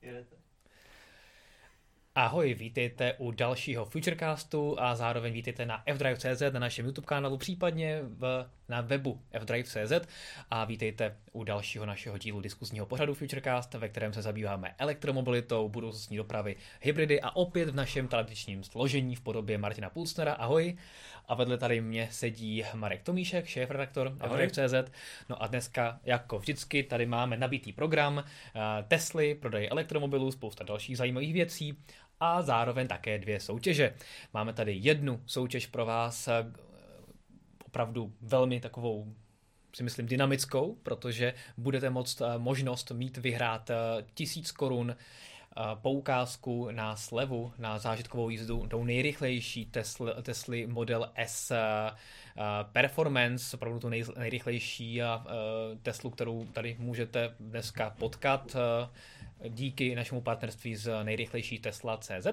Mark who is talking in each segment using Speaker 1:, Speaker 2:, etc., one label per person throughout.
Speaker 1: Ahoj, vítejte u dalšího Futurecastu a zároveň vítejte na fdrive.cz, na našem YouTube kanálu, případně na webu fdrive.cz a vítejte u dalšího našeho dílu diskuzního pořadu Futurecast, ve kterém se zabýváme elektromobilitou, budoucnostní dopravy, hybridy a opět v našem tradičním složení v podobě Martina Pulsnera. Ahoj. A vedle tady mě sedí Marek Tomíšek, šéfredaktor fdrive.cz. No a dneska, jako vždycky, tady máme nabitý program, Tesly, prodej elektromobilů, spousta dalších zajímavých věcí a zároveň také 2 soutěže. Máme tady jednu soutěž pro vás, opravdu velmi takovou, si myslím, dynamickou, protože budete možnost mít vyhrát 1000 korun poukázku na slevu na zážitkovou jízdu tou nejrychlejší Tesly Model S Performance, opravdu tu nejrychlejší Teslu, kterou tady můžete dneska potkat díky našemu partnerství s nejrychlejší Tesla.cz.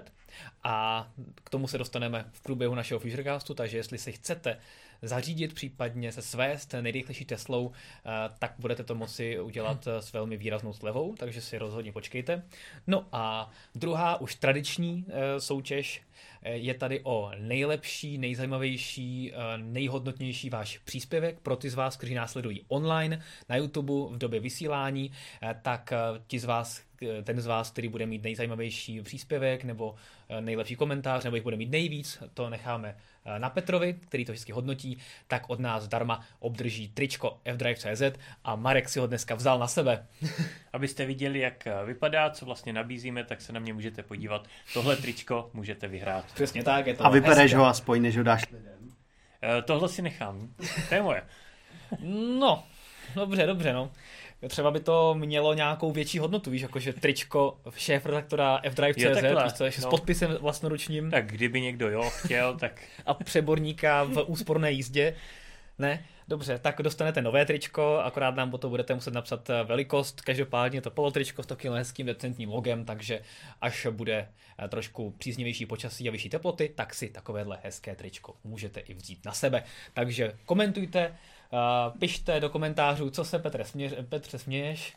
Speaker 1: A k tomu se dostaneme v průběhu našeho Futurecastu, takže jestli si chcete zařídit, případně se svést nejrychlejší Teslou, tak budete to moci udělat s velmi výraznou slevou, takže si rozhodně počkejte. No a druhá, už tradiční soutěž je tady o nejlepší, nejzajímavější, nejhodnotnější váš příspěvek pro ty z vás, kteří nás sledují online na YouTube v době vysílání, tak ten z vás, který bude mít nejzajímavější příspěvek nebo nejlepší komentář, nebo jich bude mít nejvíc, to necháme na Petrovi, který to vždycky hodnotí, tak od nás zdarma obdrží tričko fdrive.cz a Marek si ho dneska vzal na sebe.
Speaker 2: Abyste viděli, jak vypadá, co vlastně nabízíme, tak se na mě můžete podívat. Tohle tričko můžete vyhrát.
Speaker 1: Přesně tak, je to
Speaker 3: a vypereš ho aspoň, než ho dáš lidem.
Speaker 2: Tohle si nechám. To je moje.
Speaker 1: No, dobře, no. Třeba by to mělo nějakou větší hodnotu, víš, jakože tričko šéfredaktora fdrive.cz, s podpisem vlastnoručním.
Speaker 2: Tak kdyby někdo chtěl, tak...
Speaker 1: A přeborníka v úsporné jízdě. Ne? Dobře, tak dostanete nové tričko, akorát nám potom budete muset napsat velikost, každopádně to polotričko s takovým hezkým decentním logem, takže až bude trošku příznivější počasí a vyšší teploty, tak si takovéhle hezké tričko můžete i vzít na sebe. Takže komentujte, pište do komentářů, co se Petře směješ.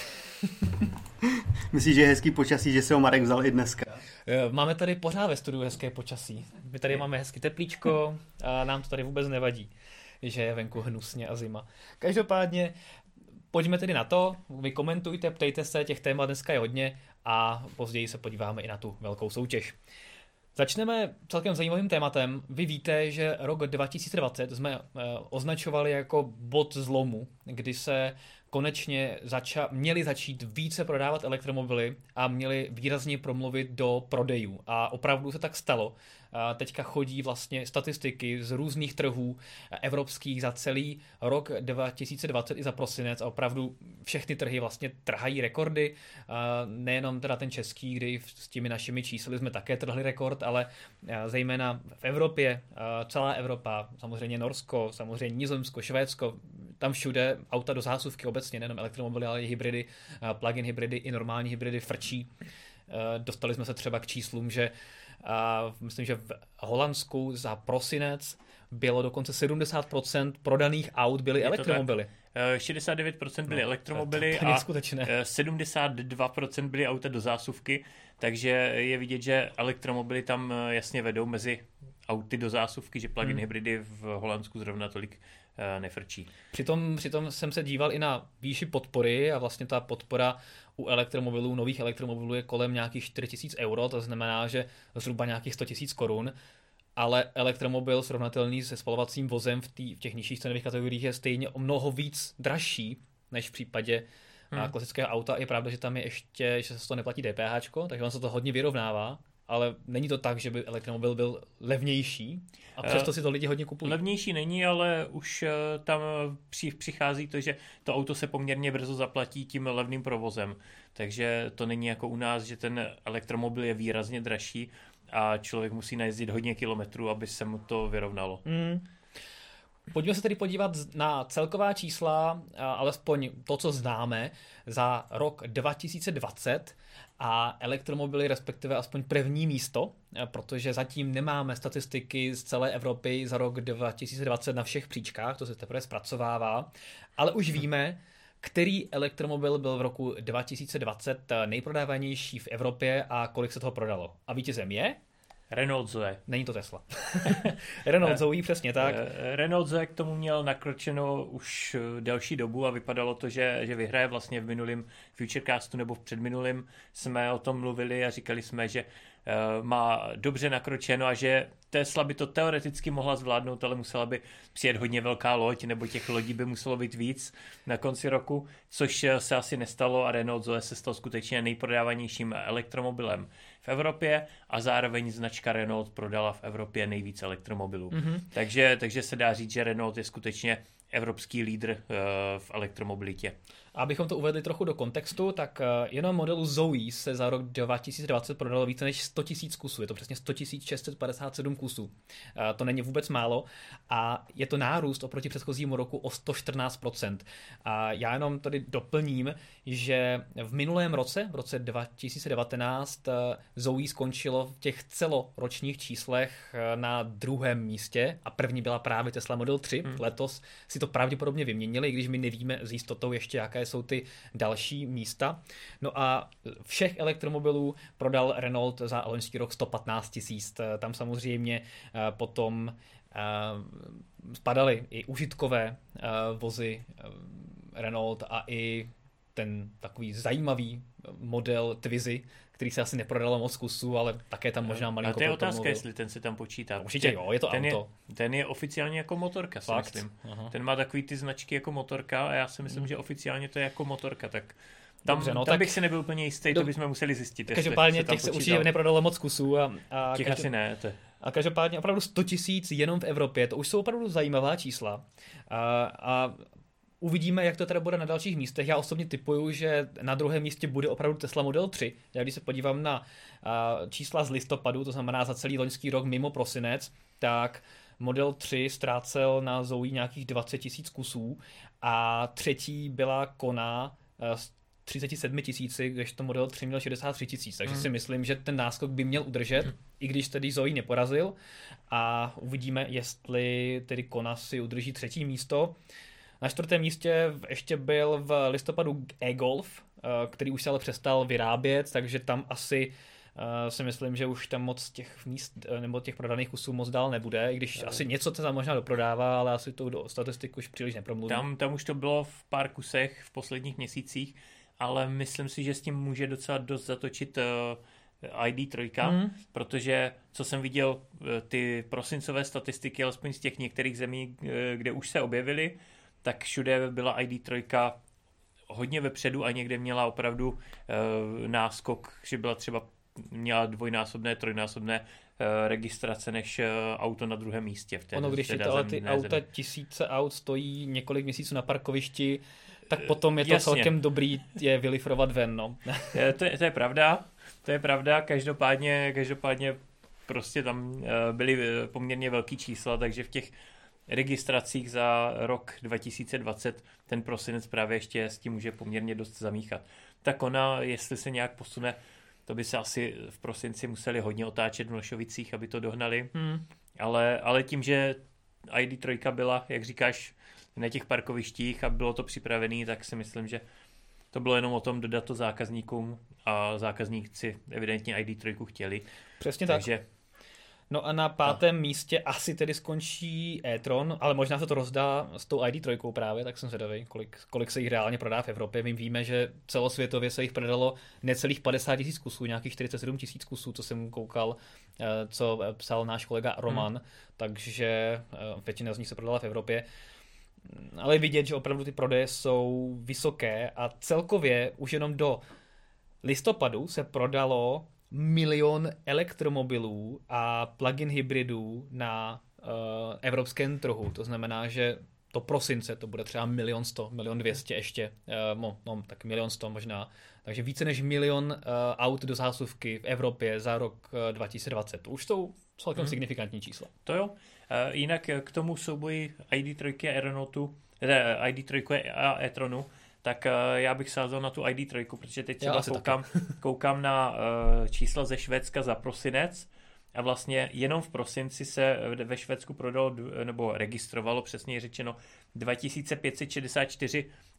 Speaker 3: Myslíš, že je hezký počasí, že se ho Marek vzal i dneska?
Speaker 1: Máme tady pořád ve studiu hezké počasí. My tady máme hezký teplíčko a nám to tady vůbec nevadí, že je venku hnusně a zima. Každopádně pojďme tedy na to, vy komentujte, ptejte se, těch témat dneska je hodně a později se podíváme i na tu velkou soutěž. Začneme celkem zajímavým tématem. Vy víte, že rok 2020 jsme označovali jako bod zlomu, kdy se konečně měli začít více prodávat elektromobily a měli výrazně promluvit do prodejů. A opravdu se tak stalo. Teďka chodí vlastně statistiky z různých trhů evropských za celý rok 2020 i za prosinec a opravdu všechny trhy vlastně trhají rekordy. Nejenom teda ten český, kdy s těmi našimi čísly jsme také trhli rekord, ale zejména v Evropě, celá Evropa, samozřejmě Norsko, samozřejmě Nizozemsko, Švédsko, tam všude auta do zásuvky obecně, nejenom elektromobily, ale i hybridy, plug-in hybridy i normální hybridy frčí. Dostali jsme se třeba k číslům, že myslím, že v Holandsku za prosinec bylo dokonce 70% prodaných aut byly elektromobily.
Speaker 2: 69% byly elektromobily
Speaker 1: to
Speaker 2: a 72% byly auta do zásuvky, takže je vidět, že elektromobily tam jasně vedou mezi auty do zásuvky, že plug-in hybridy v Holandsku zrovna tolik nefrčí.
Speaker 1: Přitom jsem se díval i na výši podpory a vlastně ta podpora u elektromobilů, nových elektromobilů je kolem nějakých 4 000 euro, to znamená, že zhruba nějakých 100 000 korun, ale elektromobil srovnatelný se spalovacím vozem v těch nižších cenových kategoriích je stejně o mnoho víc dražší než v případě klasického auta. Je pravda, že tam je ještě, že se to neplatí DPH, takže on se to hodně vyrovnává. Ale není to tak, že by elektromobil byl levnější a přesto si to lidi hodně kupují.
Speaker 2: Levnější není, ale už tam přichází to, že to auto se poměrně brzo zaplatí tím levným provozem. Takže to není jako u nás, že ten elektromobil je výrazně dražší a člověk musí najezdit hodně kilometrů, aby se mu to vyrovnalo.
Speaker 1: Pojďme se tedy podívat na celková čísla, alespoň to, co známe, za rok 2020 a elektromobily, respektive aspoň první místo, protože zatím nemáme statistiky z celé Evropy za rok 2020 na všech příčkách, to se teprve zpracovává, ale už víme, Který elektromobil byl v roku 2020 nejprodávanější v Evropě a kolik se toho prodalo? A vítězem je?
Speaker 2: Renault Zoe.
Speaker 1: Není to Tesla. Renault Zoe, přesně tak.
Speaker 2: Renault Zoe k tomu měl nakročeno už delší dobu a vypadalo to, že vyhraje. Vlastně v minulém Futurecastu nebo v předminulém jsme o tom mluvili a říkali jsme, že má dobře nakročeno a že Tesla by to teoreticky mohla zvládnout, ale musela by přijet hodně velká loď, nebo těch lodí by muselo být víc na konci roku, což se asi nestalo a Renault Zoe se stal skutečně nejprodávanějším elektromobilem v Evropě a zároveň značka Renault prodala v Evropě nejvíc elektromobilů. Takže se dá říct, že Renault je skutečně evropský lídr v elektromobilitě.
Speaker 1: Abychom to uvedli trochu do kontextu, tak jenom modelu Zoe se za rok 2020 prodalo více než 100 000 kusů. Je to přesně 100 657 kusů. To není vůbec málo a je to nárůst oproti předchozímu roku o 114%. A já jenom tady doplním, že v minulém roce, v roce 2019, Zoe skončilo v těch celoročních číslech na druhém místě a první byla právě Tesla Model 3. Letos si to pravděpodobně vyměnili, i když my nevíme s jistotou ještě, jaké jsou ty další místa. No a všech elektromobilů prodal Renault za loňský rok 115 000. Tam samozřejmě potom spadaly i užitkové vozy Renault a i ten takový zajímavý model Twizy, který se asi neprodalo moc kusů, ale také tam možná malinko.
Speaker 2: A to je otázka, jestli ten se tam počítá.
Speaker 1: Určitě jo, je to auto.
Speaker 2: Ten je oficiálně jako motorka, si myslím. Aha. Ten má takový ty značky jako motorka a já si myslím, že oficiálně to je jako motorka, tak tam,
Speaker 1: dobře,
Speaker 2: tam bych si nebyl úplně jistý, to bychom museli zjistit.
Speaker 1: Každopádně těch se určitě neprodalo moc kusů. A
Speaker 2: těch asi ne.
Speaker 1: A každopádně opravdu 100 000 jenom v Evropě, to už jsou opravdu zajímavá čísla. A uvidíme, jak to teda bude na dalších místech. Já osobně tipuju, že na druhém místě bude opravdu Tesla Model 3. Já když se podívám na čísla z listopadu, to znamená za celý loňský rok mimo prosinec, tak Model 3 ztrácel na Zoe nějakých 20 000 kusů a třetí byla Kona s 37 000, kdežto Model 3 měl 63 000. Takže si myslím, že ten náskok by měl udržet, i když tedy Zoe neporazil. A uvidíme, jestli tedy Kona si udrží třetí místo. Na čtvrtém místě ještě byl v listopadu e-Golf, který už se ale přestal vyrábět, takže tam asi si myslím, že už tam moc těch míst nebo těch prodaných kusů moc dál nebude, i když asi něco se tam možná doprodává, ale asi to do statistiku už příliš nepromluvím.
Speaker 2: Tam už to bylo v pár kusech v posledních měsících, ale myslím si, že s tím může docela dost zatočit ID3, protože co jsem viděl, ty prosincové statistiky, alespoň z těch některých zemí, kde už se objevily, tak všude byla ID3 hodně vepředu a někde měla opravdu náskok, že byla měla dvojnásobné, trojnásobné registrace než auto na druhém místě.
Speaker 1: Když si ty auta, tisíce aut stojí několik měsíců na parkovišti, tak potom je to celkem dobrý je vylifrovat ven. No.
Speaker 2: To je pravda. To je pravda, každopádně prostě tam byly poměrně velký čísla, takže v těch registracích za rok 2020 ten prosinec právě ještě s tím může poměrně dost zamíchat. Tak ona, jestli se nějak posune, to by se asi v prosinci museli hodně otáčet v Mlšovicích, aby to dohnali. Ale tím, že ID3 byla, jak říkáš, na těch parkovištích a bylo to připravené, tak si myslím, že to bylo jenom o tom dodat to zákazníkům a zákazníci evidentně ID3 chtěli.
Speaker 1: Přesně tak. No a na pátém místě asi tedy skončí e-tron, ale možná se to rozdá s tou ID3 právě, tak jsem zvědavý, kolik se jich reálně prodá v Evropě. My víme, že celosvětově se jich prodalo necelých 50 000 kusů, nějakých 47 000 kusů, co jsem koukal, co psal náš kolega Roman, takže většina z nich se prodala v Evropě. Ale vidět, že opravdu ty prodeje jsou vysoké a celkově už jenom do listopadu se prodalo 1 000 000 elektromobilů a plug-in hybridů na evropském trhu. To znamená, že do prosince to bude třeba 1 100 000, 1 200 000 ještě, tak 1 100 000 možná. Takže více než 1 000 000 aut do zásuvky v Evropě za rok 2020. To už jsou celkem signifikantní čísla.
Speaker 2: To jo. Jinak k tomu souboji ID3 a Renaultu, ID3 a e-tronu, tak já bych sázel na tu ID3, protože teď třeba koukám na čísla ze Švédska za prosinec a vlastně jenom v prosinci se ve Švédsku prodalo, nebo registrovalo přesněji řečeno 2564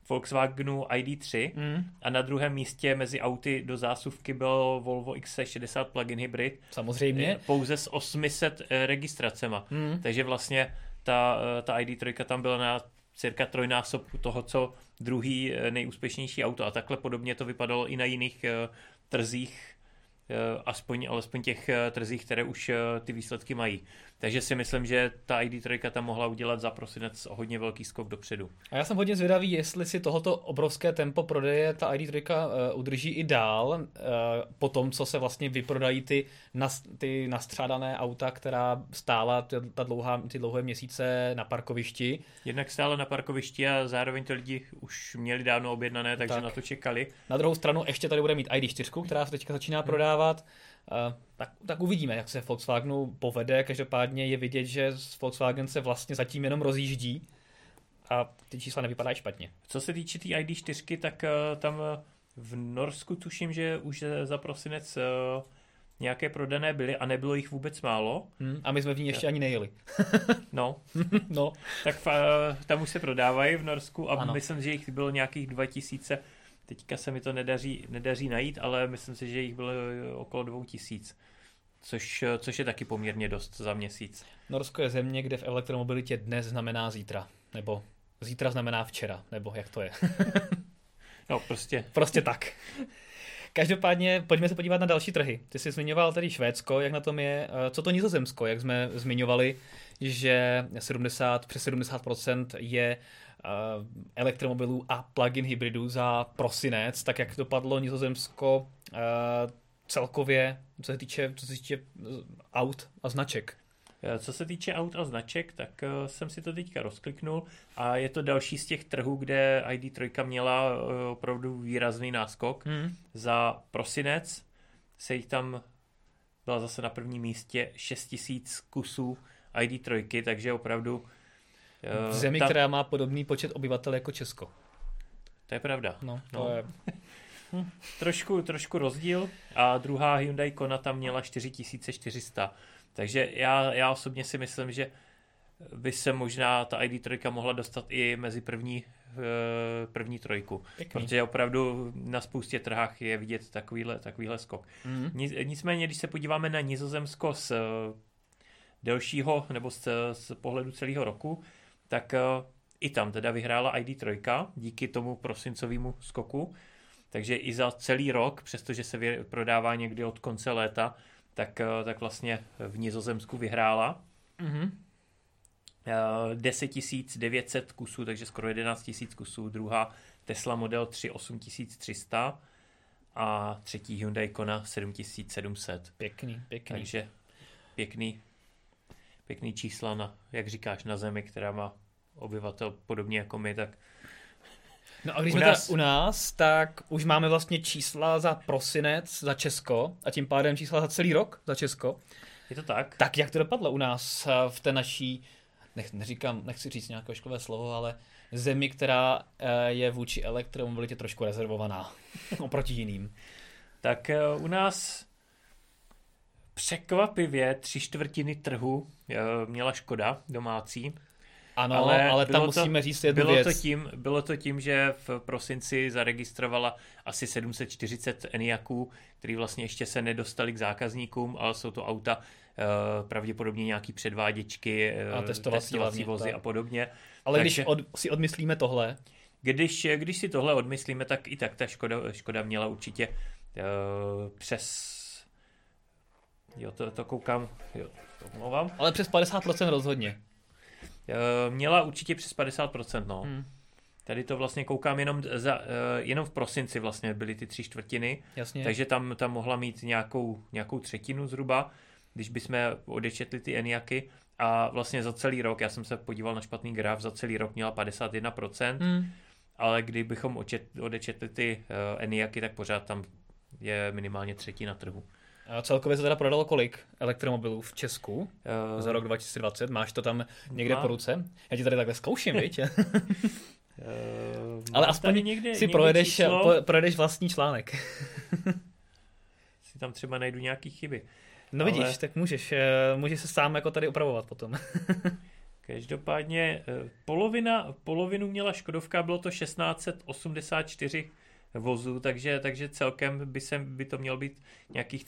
Speaker 2: Volkswagenu ID3 a na druhém místě mezi auty do zásuvky byl Volvo XC60 plug-in hybrid.
Speaker 1: Samozřejmě.
Speaker 2: Pouze s 800 registracema. Takže vlastně ta ID3 tam byla na cirka trojnásobku toho, co druhý nejúspěšnější auto. A takhle podobně to vypadalo i na jiných trzích, alespoň těch trzích, které už ty výsledky mají. Takže si myslím, že ta ID3 tam mohla udělat za prosinec hodně velký skok dopředu. A
Speaker 1: já jsem hodně zvědavý, jestli si tohoto obrovské tempo prodeje ta ID3 udrží i dál, po tom, co se vlastně vyprodají ty nastřádané auta, která stála ty dlouhé měsíce na parkovišti.
Speaker 2: Jednak stála na parkovišti a zároveň to lidi už měli dávno objednané, takže na to čekali.
Speaker 1: Na druhou stranu ještě tady bude mít ID4, která se teďka začíná prodávat. Tak uvidíme, jak se Volkswagenu povede. Každopádně je vidět, že Volkswagen se vlastně zatím jenom rozjíždí a ty čísla nevypadají špatně.
Speaker 2: Co se týče té ID4, tak tam v Norsku tuším, že už za prosinec nějaké prodané byly a nebylo jich vůbec málo.
Speaker 1: A my jsme v ní ještě ani nejeli.
Speaker 2: No. Tak tam už se prodávají v Norsku a myslím, že jich bylo nějakých 2000. Teďka se mi to nedaří najít, ale myslím si, že jich bylo okolo 2000, což je taky poměrně dost za měsíc.
Speaker 1: Norsko je země, kde v elektromobilitě dnes znamená zítra, nebo zítra znamená včera, nebo jak to je.
Speaker 2: No,
Speaker 1: Prostě tak. Každopádně pojďme se podívat na další trhy. Ty jsi zmiňoval tady Švédsko, jak na tom je. Co to Nizozemsko, jak jsme zmiňovali, že přes 70% je elektromobilů a plug-in hybridů za prosinec, tak jak dopadlo Nizozemsko celkově, co se týče aut a značek.
Speaker 2: Co se týče aut a značek, tak jsem si to teďka rozkliknul a je to další z těch trhů, kde ID3 měla opravdu výrazný náskok. Za prosinec se jich tam byla zase na prvním místě 6000 kusů ID3, takže opravdu
Speaker 1: v zemi, která má podobný počet obyvatel jako Česko.
Speaker 2: To je pravda.
Speaker 1: To je...
Speaker 2: trošku rozdíl a druhá Hyundai Kona tam měla 4400. Takže já osobně si myslím, že by se možná ta ID3 mohla dostat i mezi první trojku. Pěkný. Protože opravdu na spoustě trhách je vidět takovýhle skok. Nicméně, když se podíváme na Nizozemsko z delšího nebo z pohledu celého roku, tak i tam teda vyhrála ID3 díky tomu prosincovému skoku. Takže i za celý rok, přestože se prodává někdy od konce léta, tak vlastně v Nizozemsku vyhrála 10 900 kusů, takže skoro 11 000 kusů. Druhá Tesla Model 3 8300 a třetí Hyundai Kona 7700.
Speaker 1: Pěkný.
Speaker 2: Takže pěkný čísla jak říkáš, na zemi, která má obyvatel podobně jako my, tak
Speaker 1: no a když jsme u nás, tak už máme vlastně čísla za prosinec za Česko a tím pádem čísla za celý rok za Česko.
Speaker 2: Je to tak?
Speaker 1: Tak jak to dopadlo u nás v té naší, nechci říct nějaké školové slovo, ale zemi, která je vůči elektromobilitě trošku rezervovaná oproti jiným.
Speaker 2: Tak u nás překvapivě 3/4 trhu měla Škoda domácí.
Speaker 1: Ano, ale tam musíme říct jednu věc.
Speaker 2: Bylo to tím, že v prosinci zaregistrovala asi 740 Enyaqů, který vlastně ještě se nedostali k zákazníkům, ale jsou to auta pravděpodobně nějaký předváděčky,
Speaker 1: a testovací
Speaker 2: vozy a podobně.
Speaker 1: Ale takže, když si odmyslíme tohle?
Speaker 2: Když si tohle odmyslíme, tak i tak ta Škoda měla určitě přes... Jo, to koukám, to omlouvám.
Speaker 1: Ale přes 50% rozhodně.
Speaker 2: Měla určitě přes 50%, no. Tady to vlastně koukám jenom v prosinci vlastně byly ty 3/4.
Speaker 1: Jasně.
Speaker 2: Takže tam mohla mít nějakou třetinu zhruba, když bychom odečetli ty Enyaqy. A vlastně za celý rok, já jsem se podíval na špatný graf, za celý rok měla 51%, ale kdybychom odečetli ty Enyaqy, tak pořád tam je minimálně třetina trhu.
Speaker 1: A celkově se teda prodalo kolik elektromobilů v Česku za rok 2020? Máš to tam někde po ruce? Já ti tady takhle zkouším, viď? Ale aspoň si projedeš vlastní článek.
Speaker 2: Si tam třeba najdu nějaký chyby.
Speaker 1: No vidíš, tak můžeš se sám jako tady opravovat potom.
Speaker 2: Každopádně polovinu měla Škodovka, bylo to 1684 vozů, takže celkem by to mělo být nějakých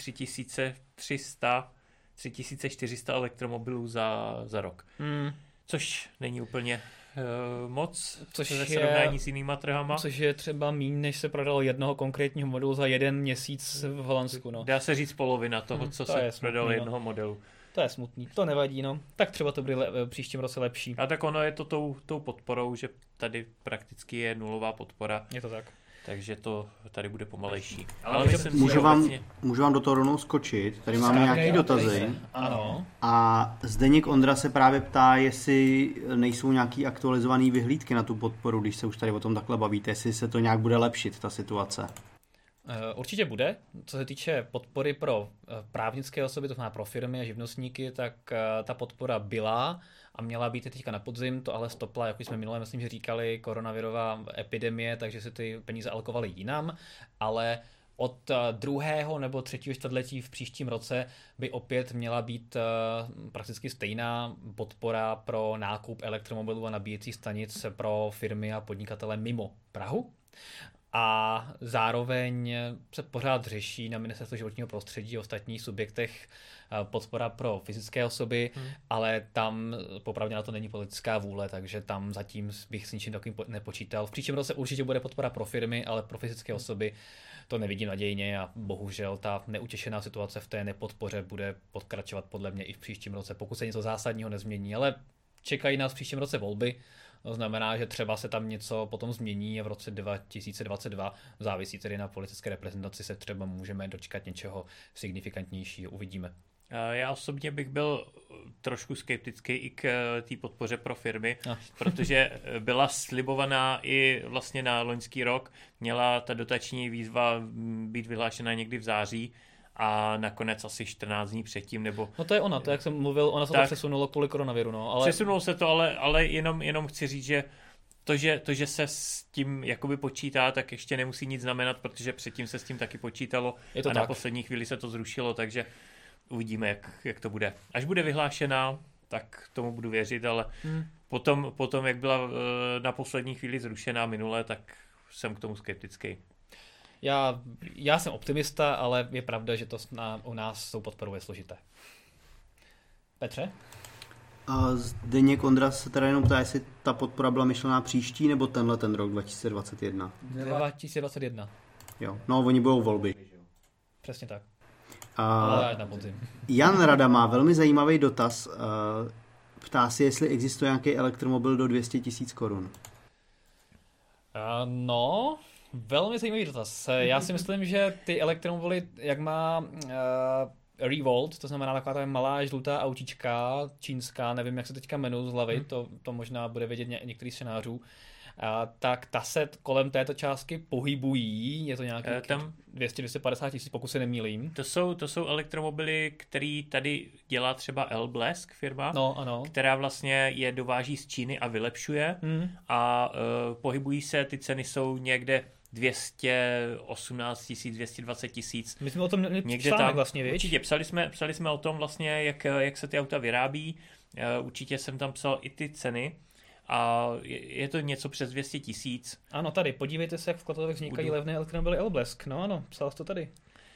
Speaker 2: 3400 elektromobilů za rok. Což není úplně moc ve srovnání s jinýma trhama.
Speaker 1: Což je třeba míň, než se prodalo jednoho konkrétního modelu za 1 měsíc v Holandsku. No.
Speaker 2: Dá se říct polovina toho, co se prodalo jednoho modelu.
Speaker 1: To je smutný, to nevadí, no. Tak třeba to bude příštím roce lepší.
Speaker 2: A tak ono je to tou podporou, že tady prakticky je nulová podpora.
Speaker 1: Je to tak.
Speaker 2: Takže to tady bude pomalejší.
Speaker 3: Ale můžu vám do toho rovnou skočit. Tady máme nějaké dotazy.
Speaker 1: Ano.
Speaker 3: A Zdeněk Ondra se právě ptá, jestli nejsou nějaký aktualizované vyhlídky na tu podporu, když se už tady o tom takhle bavíte, jestli se to nějak bude lepšit, ta situace.
Speaker 1: Určitě bude. Co se týče podpory pro právnické osoby, to znamená pro firmy a živnostníky, tak ta podpora byla a měla být teďka na podzim, to ale stopla, jak už jsme minule, myslím, že říkali, koronavirová epidemie, takže se ty peníze alokovaly jinam, ale od 2. nebo 3. čtvrtletí v příštím roce by opět měla být prakticky stejná podpora pro nákup elektromobilů a nabíjecích stanic pro firmy a podnikatele mimo Prahu. A zároveň se pořád řeší na Ministerstvu životního prostředí a ostatních subjektech podpora pro fyzické osoby, ale tam popravdě na to není politická vůle, takže tam zatím bych s ničím takovým nepočítal. V příštím roce určitě bude podpora pro firmy, ale pro fyzické osoby to nevidím nadějně a bohužel ta neutěšená situace v té nepodpoře bude pokračovat podle mě i v příštím roce, pokud se něco zásadního nezmění, ale čekají nás v příštím roce volby. To znamená, že třeba se tam něco potom změní a v roce 2022, závisí tedy na politické reprezentaci, se třeba můžeme dočkat něčeho signifikantnějšího. Uvidíme.
Speaker 2: Já osobně bych byl trošku skeptický i k té podpoře pro firmy, protože byla slibovaná i vlastně na loňský rok. Měla ta dotační výzva být vyhlášena někdy v září a nakonec asi 14 dní předtím, nebo...
Speaker 1: No to je ona, to jak jsem mluvil, ona se to přesunulo kvůli koronaviru, no, ale...
Speaker 2: Přesunulo se to, ale jenom chci říct, že to, že se s tím jakoby počítá, tak ještě nemusí nic znamenat, protože předtím se s tím taky počítalo a tak. Na poslední chvíli se to zrušilo, takže uvidíme, jak to bude. Až bude vyhlášená, tak tomu budu věřit, ale potom, jak byla na poslední chvíli zrušená minule, tak jsem k tomu skeptický.
Speaker 1: Já jsem optimista, ale je pravda, že to u nás s tou podporou je složité. Petře?
Speaker 3: A Zdeněk Ondra se teda jenom ptá, jestli ta podpora byla myšlená příští nebo ten rok 2021?
Speaker 1: 2021.
Speaker 3: Jo, no oni budou volby.
Speaker 1: Přesně tak.
Speaker 3: Ale na podzim. Jan Rada má velmi zajímavý dotaz. Ptá se, jestli existuje nějaký elektromobil do 200 000 korun.
Speaker 1: No... Velmi zajímavý dotaz. Já si myslím, že ty elektromobily, jak má Revolt, to znamená taková ta malá žlutá autíčka, čínská, nevím, jak se teďka jmenují z hlavy, to možná bude vědět některý scénářů, tak ta se kolem této částky pohybují, je to nějaký 200-250 tisíc, pokud se nemýlím.
Speaker 2: To jsou elektromobily, který tady dělá třeba L-Blesk firma,
Speaker 1: ano.
Speaker 2: která vlastně je dováží z Číny a vylepšuje a pohybují se, ty ceny jsou někde 218 000, 220 000.
Speaker 1: My jsme o tom měli článek vlastně, víš?
Speaker 2: Určitě, psali jsme o tom vlastně, jak se ty auta vyrábí, určitě jsem tam psal i ty ceny. A je to něco přes 200 000.
Speaker 1: Ano, tady, podívejte se, jak v Klatovech vznikají levné elektromobily L-Blesk. No ano, psal jsi to tady.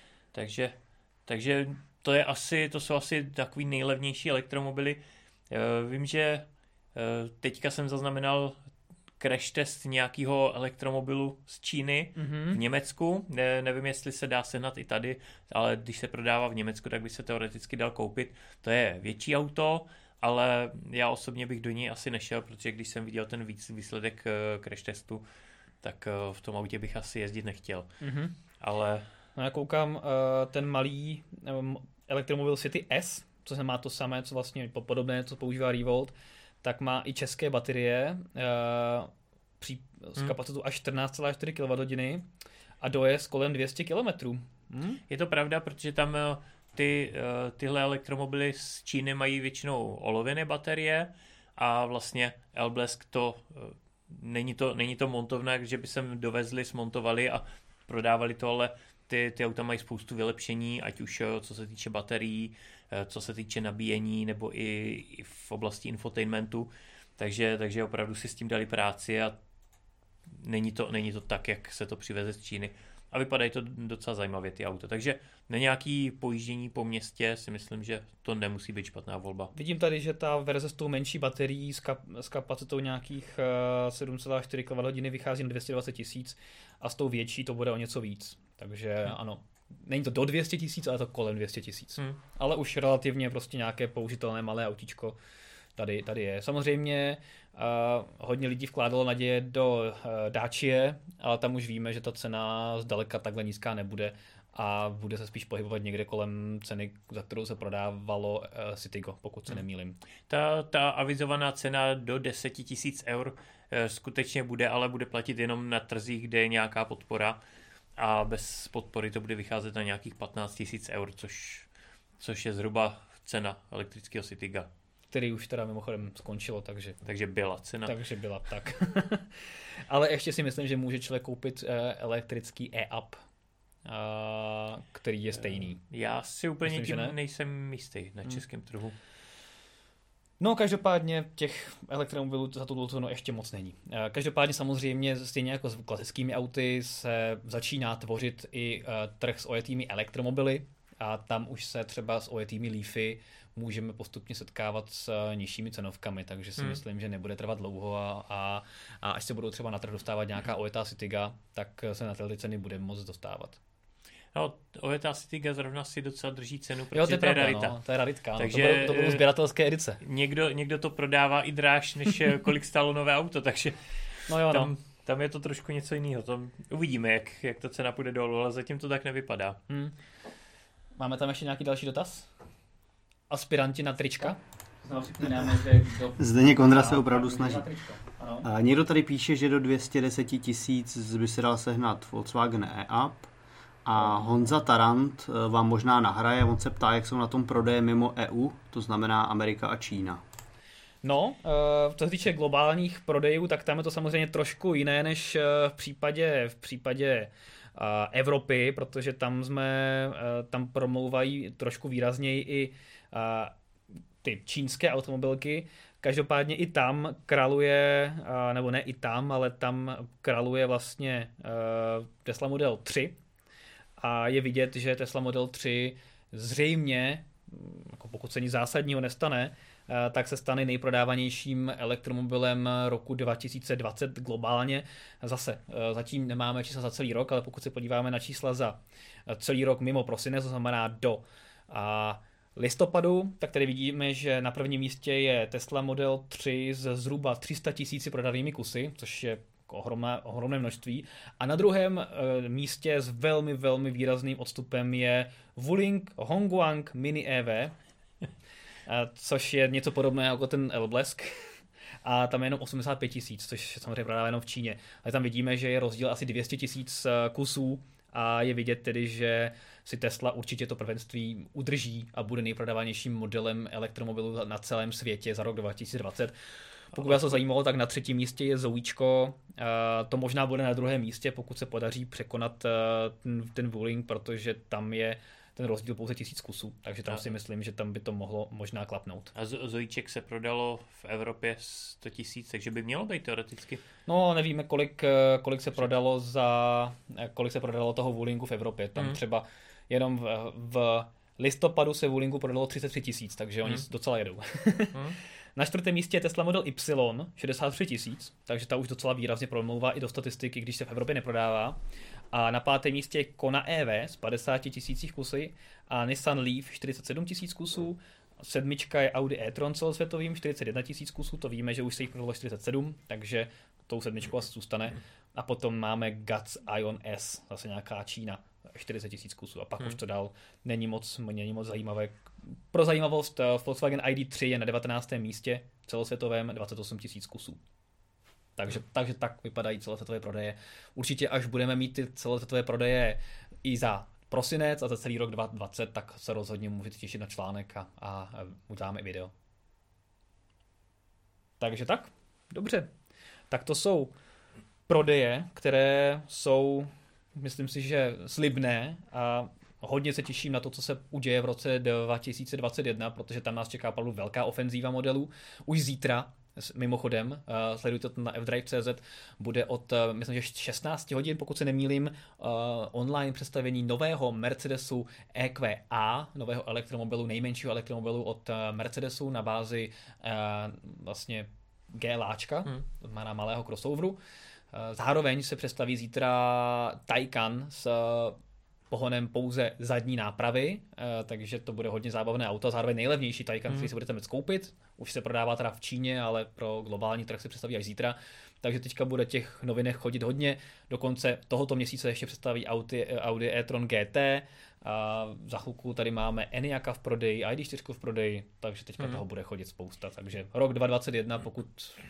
Speaker 2: Takže to jsou asi takový nejlevnější elektromobily. Vím, že teďka jsem zaznamenal crash test nějakého elektromobilu z Číny v Německu. Nevím, jestli se dá sehnat i tady, ale když se prodává v Německu, tak by se teoreticky dal koupit. To je větší auto, ale já osobně bych do něj asi nešel, protože když jsem viděl ten výsledek crash testu, tak v tom autě bych asi jezdit nechtěl. Ale...
Speaker 1: No já koukám, ten malý elektromobil City S, co se má to samé, co vlastně podobné, co používá Revolt, tak má i české baterie s kapacitou až 14,4 kWh a dojezd kolem 200 km.
Speaker 2: Je to pravda, protože tam tyhle elektromobily z Číny mají většinou olověné baterie a vlastně L-Blesk není to montovna, že by sem dovezli, smontovali a prodávali to, ale ty auta mají spoustu vylepšení, ať už co se týče baterií, co se týče nabíjení, nebo i v oblasti infotainmentu. Takže opravdu si s tím dali práci a není to tak, jak se to přiveze z Číny. A vypadají to docela zajímavě ty auta. Takže na nějaký pojíždění po městě si myslím, že to nemusí být špatná volba.
Speaker 1: Vidím tady, že ta verze s tou menší baterií s kapacitou nějakých 7,4 kWh vychází na 220 000 a s tou větší to bude o něco víc. Takže ano, není to do 200 000, ale to kolem 200 000. Ale už relativně prostě nějaké použitelné malé autíčko tady je. Samozřejmě hodně lidí vkládalo naděje do Dacia, ale tam už víme, že ta cena zdaleka takhle nízká nebude a bude se spíš pohybovat někde kolem ceny, za kterou se prodávalo Citigo, pokud se nemýlím.
Speaker 2: Ta avizovaná cena do 10 000 eur skutečně bude, ale bude platit jenom na trzích, kde je nějaká podpora a bez podpory to bude vycházet na nějakých 15 000 eur, což je zhruba cena elektrického Citiga.
Speaker 1: Který už teda mimochodem skončilo,
Speaker 2: takže byla cena.
Speaker 1: Takže byla, tak. Ale ještě si myslím, že může člověk koupit elektrický e-up, který je stejný.
Speaker 2: Já si úplně myslím, tím nejsem jistý na českém trhu.
Speaker 1: No, každopádně těch elektromobilů za tu cenu ještě moc není. Každopádně samozřejmě stejně jako s klasickými auty se začíná tvořit i trh s ojetými elektromobily a tam už se třeba s ojetými Leafy můžeme postupně setkávat s nižšími cenovkami, takže si myslím, že nebude trvat dlouho a až se budou třeba na trh dostávat nějaká ojetá Citiga, tak se na ty ceny bude moc dostávat.
Speaker 2: No, ojetá Citiga zrovna si docela drží cenu,
Speaker 1: protože
Speaker 2: to je rarita.
Speaker 1: No, to je raritka.
Speaker 2: Takže
Speaker 1: to budou sběratelské edice.
Speaker 2: Někdo to prodává i dráž, než kolik stálo nové auto, takže tam je to trošku něco jiného. Tam uvidíme, jak ta cena půjde dolů, ale zatím to tak nevypadá.
Speaker 1: Máme tam ještě nějaký další dotaz? Aspiranti na trička?
Speaker 3: Zdeněk Ondra se opravdu snaží. Někdo tady píše, že do 210 000 by se dal sehnat Volkswagen e-up a Honza Tarant vám možná nahraje, on se ptá, jak jsou na tom prodeje mimo EU, to znamená Amerika a Čína.
Speaker 1: No, co se týče globálních prodejů, tak tam je to samozřejmě trošku jiné než v případě Evropy, protože tam promlouvají trošku výrazněji i ty čínské automobilky. Každopádně i tam králuje, nebo ne i tam, ale tam králuje vlastně Tesla Model 3 a je vidět, že Tesla Model 3 zřejmě, jako pokud se nic zásadního nestane, tak se stane nejprodávanějším elektromobilem roku 2020 globálně. Zase, zatím nemáme čísla za celý rok, ale pokud se podíváme na čísla za celý rok mimo prosinec, to znamená do listopadu, tak tady vidíme, že na prvním místě je Tesla Model 3 s zhruba 300 000 prodanými kusy, což je ohromné množství. A na druhém místě s velmi, velmi výrazným odstupem je Wuling Hongguang Mini EV, což je něco podobného jako ten L-Blesk. A tam je jenom 85 000, což samozřejmě prodává jenom v Číně. Ale tam vidíme, že je rozdíl asi 200 000 kusů a je vidět tedy, že si Tesla určitě to prvenství udrží a bude nejprodávanějším modelem elektromobilu na celém světě za rok 2020. Pokud vás to zajímalo, tak na třetím místě je Zoíčko. To možná bude na druhém místě, pokud se podaří překonat ten Wuling, protože tam je ten rozdíl pouze 1000 kusů, takže tam si myslím, že tam by to mohlo možná klapnout.
Speaker 2: A Zoíček se prodalo v Evropě 100 000, takže by mělo být teoreticky.
Speaker 1: No, nevíme, kolik se prodalo toho Wulingu v Evropě. Tam třeba jenom v listopadu se Wulingu prodalo 33 000, takže oni docela jedou. Na čtvrtém místě je Tesla Model Y, 63 000, takže ta už docela výrazně promlouvá i do statistiky, když se v Evropě neprodává. A na pátém místě je Kona EV s 50 000 kusy a Nissan Leaf 47 000 kusů. Sedmička je Audi e-tron celosvětovým 41 000 kusů, to víme, že už se jich prodalo 47, takže tou sedmičkou asi zůstane. A potom máme Guts Ion S, zase nějaká Čína, 40 000 kusů a pak už to dál není moc zajímavé. Pro zajímavost, Volkswagen ID3 je na 19. místě celosvětovém 28 000 kusů. Takže tak vypadají celosvětové prodeje. Určitě až budeme mít ty celosvětové prodeje i za prosinec a za celý rok 2020, tak se rozhodně můžete těšit na článek a uděláme i video. Takže tak, dobře. Tak to jsou prodeje, které jsou myslím si, že slibné a hodně se těším na to, co se uděje v roce 2021, protože tam nás čeká opravdu velká ofenzíva modelů. Už zítra, mimochodem, sledujte to na fdrive.cz, bude od, myslím, že 16 hodin, pokud se nemýlím, online představení nového Mercedesu EQA, nového elektromobilu, nejmenšího elektromobilu od Mercedesu na bázi vlastně GLAčka, na malého crossoveru. Zároveň se představí zítra Taycan s pohonem pouze zadní nápravy, takže to bude hodně zábavné auto, zároveň nejlevnější Taycan, který si budete moct koupit. Už se prodává teda v Číně, ale pro globální trh se představí až zítra. Takže teďka bude těch novinek chodit hodně. Do konce tohoto měsíce ještě představí Audi e-tron GT. A za chvilku tady máme Enyaqua v prodeji, ID4 v prodeji, takže teďka toho bude chodit spousta. Takže rok 2021, pokud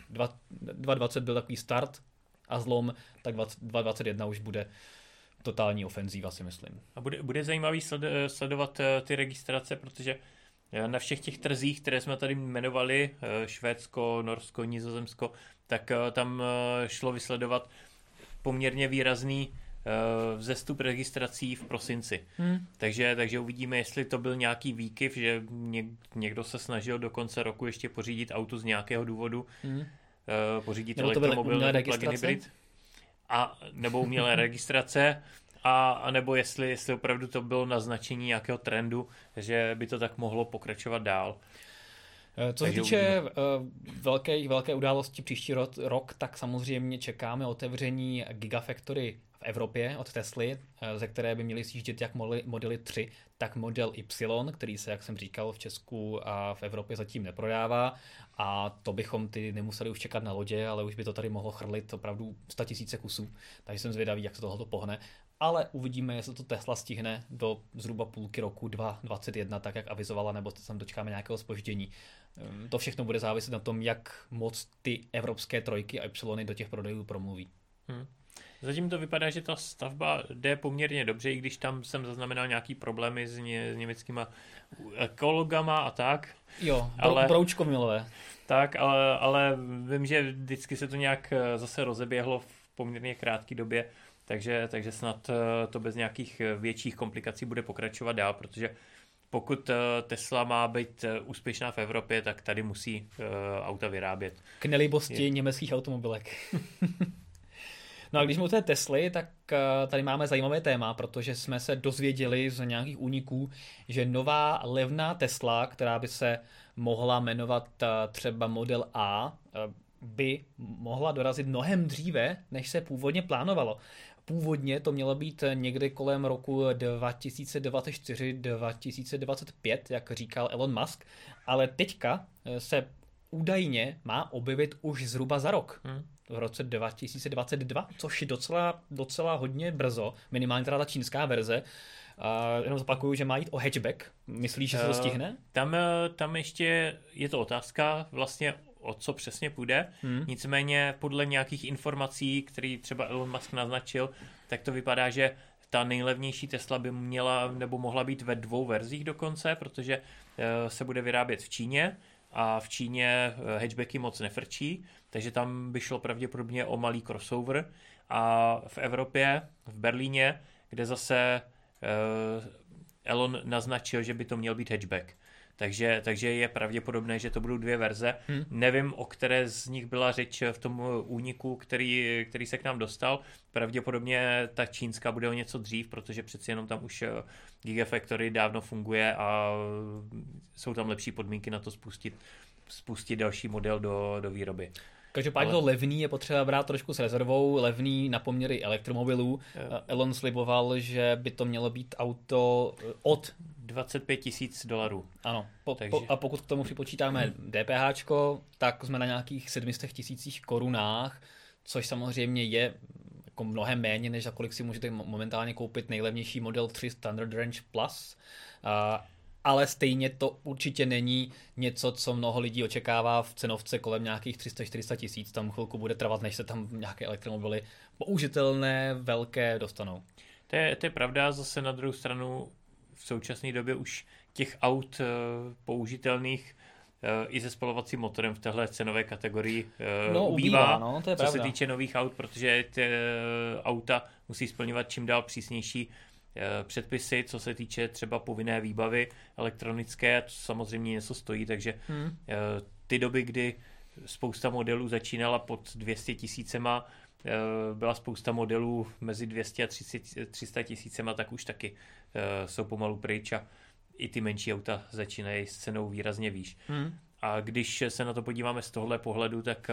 Speaker 1: 2020 byl takový start a zlom, tak 2021 už bude totální ofenzíva, si myslím.
Speaker 2: A bude zajímavý sledovat ty registrace, protože na všech těch trzích, které jsme tady jmenovali, Švédsko, Norsko, Nizozemsko, tak tam šlo vysledovat poměrně výrazný vzestup registrací v prosinci. Takže uvidíme, jestli to byl nějaký výkyv, že někdo se snažil do konce roku ještě pořídit auto z nějakého důvodu, pořídit elektromobil nebo plug-in hybrid, nebo umělé registrace, a nebo jestli opravdu to bylo naznačení nějakého trendu, že by to tak mohlo pokračovat dál.
Speaker 1: Co se týče velké události příští rok, tak samozřejmě čekáme otevření Gigafactory v Evropě od Tesly, ze které by měly sjíždět jak modely 3, tak model Y, který se, jak jsem říkal, v Česku a v Evropě zatím neprodává. A to bychom ty nemuseli už čekat na lodě, ale už by to tady mohlo chrlit opravdu 100 000 kusů. Takže jsem zvědavý, jak se tohoto pohne. Ale uvidíme, jestli to Tesla stihne do zhruba půlky roku 2021, tak jak avizovala, nebo se tam dočkáme nějakého zpoždění. To všechno bude záviset na tom, jak moc ty evropské trojky a Y do těch prodejů promluví.
Speaker 2: Zatím to vypadá, že ta stavba jde poměrně dobře, i když tam jsem zaznamenal nějaký problémy s německýma ekologama a tak.
Speaker 1: Jo, broučkomilové.
Speaker 2: Tak, ale vím, že vždycky se to nějak zase rozeběhlo v poměrně krátké době, takže snad to bez nějakých větších komplikací bude pokračovat dál, protože pokud Tesla má být úspěšná v Evropě, tak tady musí auta vyrábět.
Speaker 1: K nelibosti německých automobilek. No a když jsme u té Tesly, tak tady máme zajímavé téma, protože jsme se dozvěděli z nějakých úniků, že nová levná Tesla, která by se mohla jmenovat třeba Model A, by mohla dorazit mnohem dříve, než se původně plánovalo. Původně to mělo být někdy kolem roku 2024-2025, jak říkal Elon Musk, ale teďka se údajně má objevit už zhruba za rok. V roce 2022, což je docela hodně brzo, minimálně teda ta čínská verze. Jenom zopakuju, že má jít o hatchback. Myslíš, že se to stihne?
Speaker 2: Tam ještě je to otázka vlastně, o co přesně půjde. Nicméně podle nějakých informací, které třeba Elon Musk naznačil, tak to vypadá, že ta nejlevnější Tesla by měla nebo mohla být ve 2 verzích dokonce, protože se bude vyrábět v Číně a v Číně hatchbacky moc nefrčí, takže tam by šlo pravděpodobně o malý crossover, a v Evropě, v Berlíně, kde zase Elon naznačil, že by to měl být hatchback. Takže je pravděpodobné, že to budou 2 verze. Nevím, o které z nich byla řeč v tom úniku, který se k nám dostal. Pravděpodobně ta čínská bude o něco dřív, protože přeci jenom tam už Gigafactory dávno funguje a jsou tam lepší podmínky na to spustit další model do výroby.
Speaker 1: Každopádně to levný je potřeba brát trošku s rezervou, levný na poměry elektromobilů. Elon sliboval, že by to mělo být auto od
Speaker 2: $25,000.
Speaker 1: Ano, a pokud k tomu připočítáme DPHčko, tak jsme na nějakých 700 000 korunách, což samozřejmě je jako mnohem méně, než za kolik si můžete momentálně koupit nejlevnější Model 3 Standard Range Plus. Ale stejně to určitě není něco, co mnoho lidí očekává v cenovce kolem nějakých 300-400 tisíc. Tam chvilku bude trvat, než se tam nějaké elektromobily použitelné, velké dostanou.
Speaker 2: To je pravda, zase na druhou stranu v současné době už těch aut použitelných i se spalovacím motorem v téhle cenové kategorii
Speaker 1: ubývá, to je
Speaker 2: co
Speaker 1: pravda.
Speaker 2: se týče nových aut, protože ty auta musí splňovat čím dál přísnější předpisy, co se týče třeba povinné výbavy elektronické, to samozřejmě něco stojí, takže ty doby, kdy spousta modelů začínala pod 200 tisícema, byla spousta modelů mezi 200 a 300 tisícema, tak už taky jsou pomalu pryč a i ty menší auta začínají s cenou výrazně výš. A když se na to podíváme z tohle pohledu, tak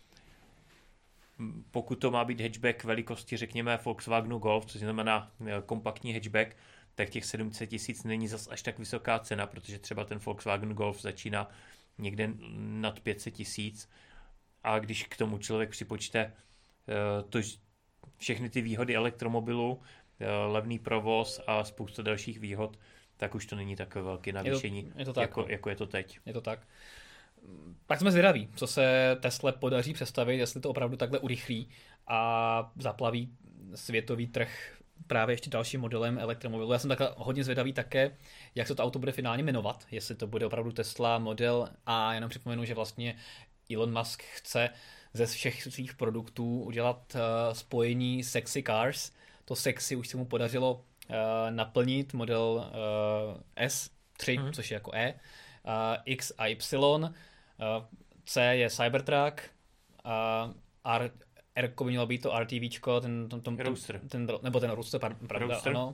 Speaker 2: pokud to má být hatchback velikosti, řekněme Volkswagenu Golf, což znamená kompaktní hatchback, tak těch 700 tisíc není zas až tak vysoká cena, protože třeba ten Volkswagen Golf začíná někde nad 500 tisíc. A když k tomu člověk připočte všechny ty výhody elektromobilu, levný provoz a spousta dalších výhod, tak už to není tak velké navýšení,
Speaker 1: je to tak,
Speaker 2: jako je to teď.
Speaker 1: Je to tak. Tak jsme zvědaví, co se Tesla podaří představit, jestli to opravdu takhle urychlí a zaplaví světový trh právě ještě dalším modelem elektromobilu. Já jsem takhle hodně zvědavý také, jak se to auto bude finálně jmenovat, jestli to bude opravdu Tesla Model A. Jenom připomenu, že vlastně Elon Musk chce ze všech svých produktů udělat spojení sexy cars. To sexy už se mu podařilo naplnit, model S3, což je jako E, X a Y, C je Cybertruck, R by mělo být to RTVčko, nebo ten Roadster, pravda, ano.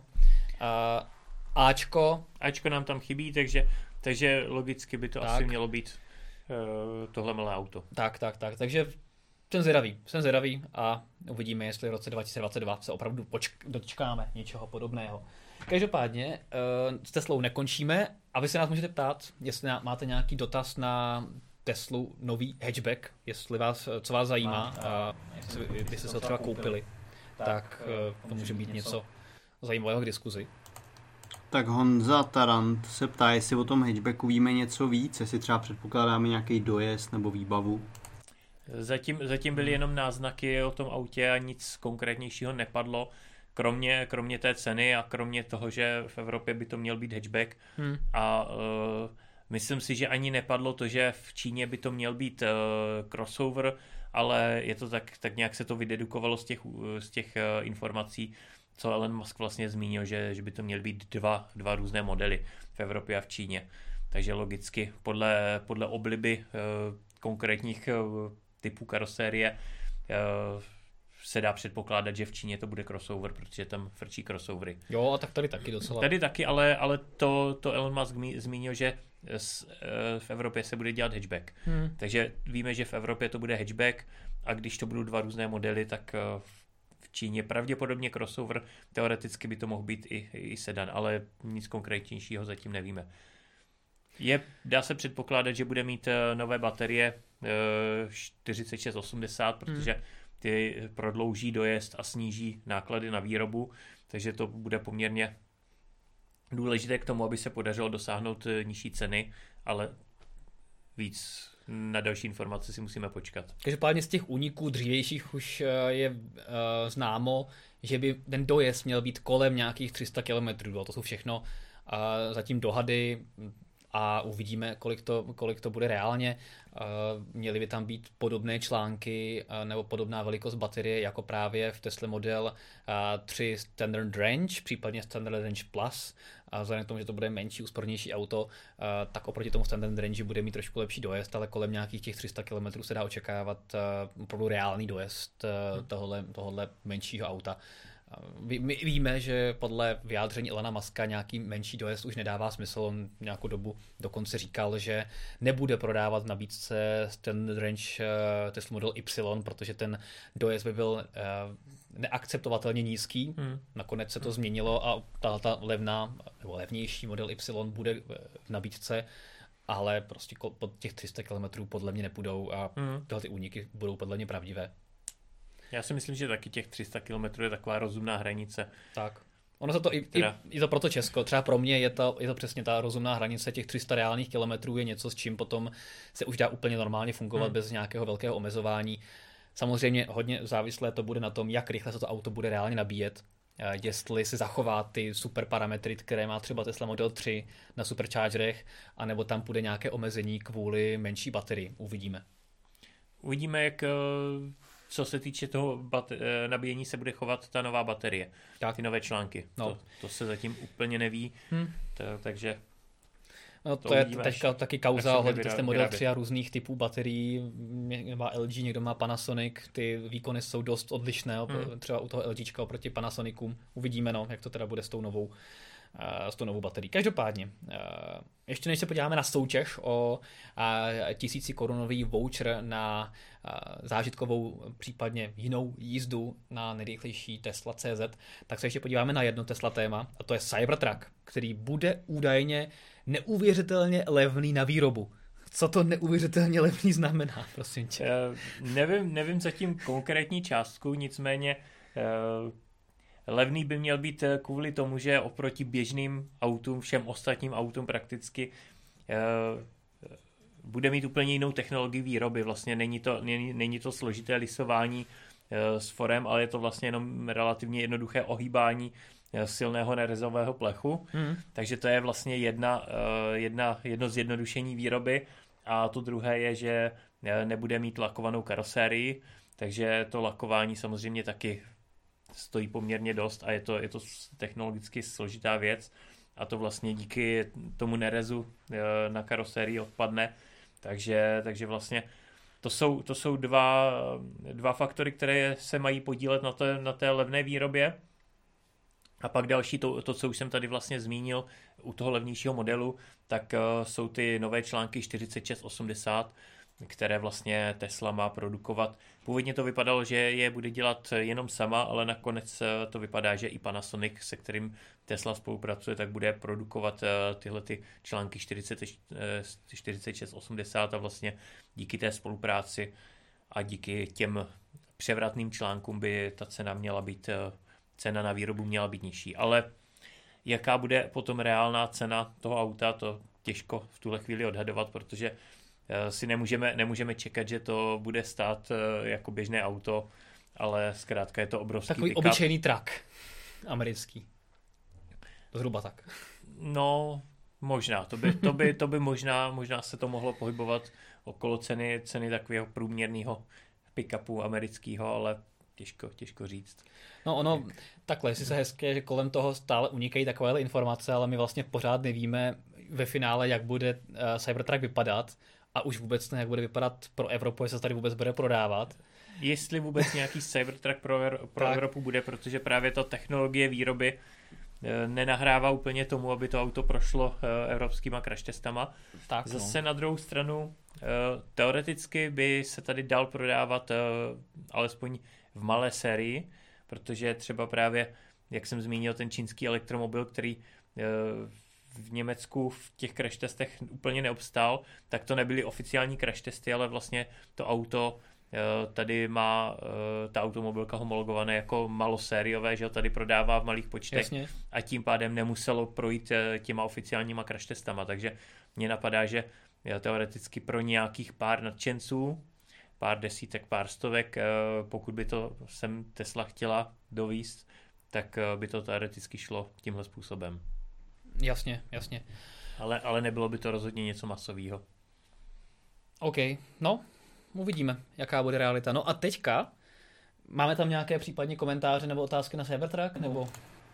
Speaker 2: Ačko nám tam chybí, takže logicky by to asi mělo být tohle malé auto.
Speaker 1: Tak, takže jsem zvědavý a uvidíme, jestli v roce 2022 se opravdu dočkáme něčeho podobného. Každopádně s Teslou nekončíme a vy se nás můžete ptát, jestli máte nějaký dotaz na Teslu nový hatchback, co vás zajímá a jestli jste se ho třeba koupili, tak to může být něco zajímavého k diskuzi.
Speaker 3: Tak Honza Tarant se ptá, jestli o tom hatchbacku víme něco víc, jestli třeba předpokládáme nějaký dojezd nebo výbavu.
Speaker 2: Zatím byly jenom náznaky o tom autě a nic konkrétnějšího nepadlo, kromě té ceny a kromě toho, že v Evropě by to měl být hatchback. A myslím si, že ani nepadlo to, že v Číně by to měl být crossover, ale je to tak nějak se to vydedukovalo z těch informací, co Elon Musk vlastně zmínil, že by to měly být dva různé modely v Evropě a v Číně. Takže logicky podle obliby konkrétních typů karosérie se dá předpokládat, že v Číně to bude crossover, protože tam frčí crossovery.
Speaker 1: Jo, a tak tady taky docela.
Speaker 2: Tady taky, ale to Elon Musk zmínil, že v Evropě se bude dělat hatchback. Takže víme, že v Evropě to bude hatchback a když to budou dva různé modely, tak v Číně pravděpodobně crossover, teoreticky by to mohl být i sedan, ale nic konkrétnějšího zatím nevíme. Dá se předpokládat, že bude mít nové baterie 4680, protože ty prodlouží dojezd a sníží náklady na výrobu, takže to bude poměrně důležité k tomu, aby se podařilo dosáhnout nižší ceny, ale víc na další informace si musíme počkat.
Speaker 1: Každopádně z těch úniků dřívějších už je známo, že by ten dojezd měl být kolem nějakých 300 km. To jsou všechno zatím dohady a uvidíme, kolik to bude reálně. Měly by tam být podobné články nebo podobná velikost baterie jako právě v Tesla Model 3 Standard Range, případně Standard Range Plus. A vzhledem k tomu, že to bude menší, úspornější auto, tak oproti tomu Standard Range bude mít trošku lepší dojezd, ale kolem nějakých těch 300 km se dá očekávat opravdu reálný dojezd tohohle menšího auta. My víme, že podle vyjádření Elona Muska nějaký menší dojezd už nedává smysl. On nějakou dobu dokonce říkal, že nebude prodávat v nabídce ten range Tesla Model Y, protože ten dojezd by byl neakceptovatelně nízký. Nakonec se to změnilo a ta levná nebo levnější Model Y bude v nabídce, ale prostě pod těch 300 km podle mě nepůjdou a tyhle ty úniky budou podle mě pravdivé.
Speaker 2: Já si myslím, že taky těch 300 km je taková rozumná hranice.
Speaker 1: Tak. Ono se to i to proto Česko. Třeba pro mě je to přesně ta rozumná hranice těch 300 reálných kilometrů je něco, s čím potom se už dá úplně normálně fungovat bez nějakého velkého omezování. Samozřejmě hodně závislé to bude na tom, jak rychle se to auto bude reálně nabíjet. jestli si zachová ty super parametry, které má třeba Tesla Model 3 na superchargerech, anebo tam půjde nějaké omezení kvůli menší baterii. Uvidíme.
Speaker 2: Uvidíme, jak co se týče toho nabíjení se bude chovat ta nová baterie.
Speaker 1: Tak.
Speaker 2: Ty nové články.
Speaker 1: No.
Speaker 2: To se zatím úplně neví, takže...
Speaker 1: No to je teďka taky kauza ohledně Tesla Model 3 a různých typů baterií. Někdo má LG, někdo má Panasonic, ty výkony jsou dost odlišné, třeba u toho LGčka oproti Panasonicům. Uvidíme, jak to teda bude s tou novou baterií. Každopádně, ještě než se podíváme na soutěž o 1000 korunový voucher na zážitkovou, případně jinou jízdu na nejrychlejší Tesla CZ, tak se ještě podíváme na jedno Tesla téma, a to je Cybertruck, který bude údajně neuvěřitelně levný na výrobu. Co to neuvěřitelně levný znamená, prosím tě?
Speaker 2: Nevím zatím konkrétní částku, nicméně levný by měl být kvůli tomu, že oproti běžným autům, všem ostatním autům prakticky bude mít úplně jinou technologii výroby. Vlastně není to složité lisování s forem, ale je to vlastně jenom relativně jednoduché ohýbání silného nerezového plechu. Takže to je vlastně jedno zjednodušení výroby. A to druhé je, že nebude mít lakovanou karosérii, takže to lakování samozřejmě taky stojí poměrně dost a je to technologicky složitá věc a to vlastně díky tomu nerezu na karosérii odpadne. Takže vlastně to jsou dva faktory, které se mají podílet na té levné výrobě. A pak další, to, co už jsem tady vlastně zmínil u toho levnějšího modelu, tak jsou ty nové články 4680, které vlastně Tesla má produkovat. Původně to vypadalo, že je bude dělat jenom sama, ale nakonec to vypadá, že i Panasonic, se kterým Tesla spolupracuje, tak bude produkovat tyhle ty články 4680 a vlastně díky té spolupráci a díky těm převratným článkům by ta cena na výrobu měla být nižší. Ale jaká bude potom reálná cena toho auta, to těžko v tuhle chvíli odhadovat, protože si nemůžeme čekat, že to bude stát jako běžné auto, ale zkrátka je to obrovský
Speaker 1: takový
Speaker 2: pick-up.
Speaker 1: obyčejný truck americký. Zhruba tak.
Speaker 2: No, možná. To by možná se to mohlo pohybovat okolo ceny takového průměrného pick-upu amerického, ale těžko říct.
Speaker 1: No takhle, jestli se hezké, že kolem toho stále unikají takovéhle informace, ale my vlastně pořád nevíme ve finále, jak bude Cybertruck vypadat a už vůbec ne, jak bude vypadat pro Evropu, jestli se tady vůbec bude prodávat.
Speaker 2: Jestli vůbec nějaký Cybertruck pro Evropu bude, protože právě ta technologie výroby nenahrává úplně tomu, aby to auto prošlo evropskýma crash testama. Zase na druhou stranu teoreticky by se tady dal prodávat alespoň v malé sérii, protože třeba právě, jak jsem zmínil, ten čínský elektromobil, který v Německu v těch crash testech úplně neobstál, tak to nebyly oficiální crash testy, ale vlastně to auto tady má ta automobilka homologované jako malosériové, že ho tady prodává v malých počtech.
Speaker 1: Jasně.
Speaker 2: A tím pádem nemuselo projít těma oficiálníma crash testama, takže mně napadá, že teoreticky pro nějakých pár nadšenců, pár desítek, pár stovek, pokud by to sem Tesla chtěla dovízt, tak by to teoreticky šlo tímhle způsobem.
Speaker 1: Jasně.
Speaker 2: Ale nebylo by to rozhodně něco masového.
Speaker 1: OK, uvidíme, jaká bude realita. No a teďka, máme tam nějaké případně komentáře nebo otázky na Cybertruck, nebo...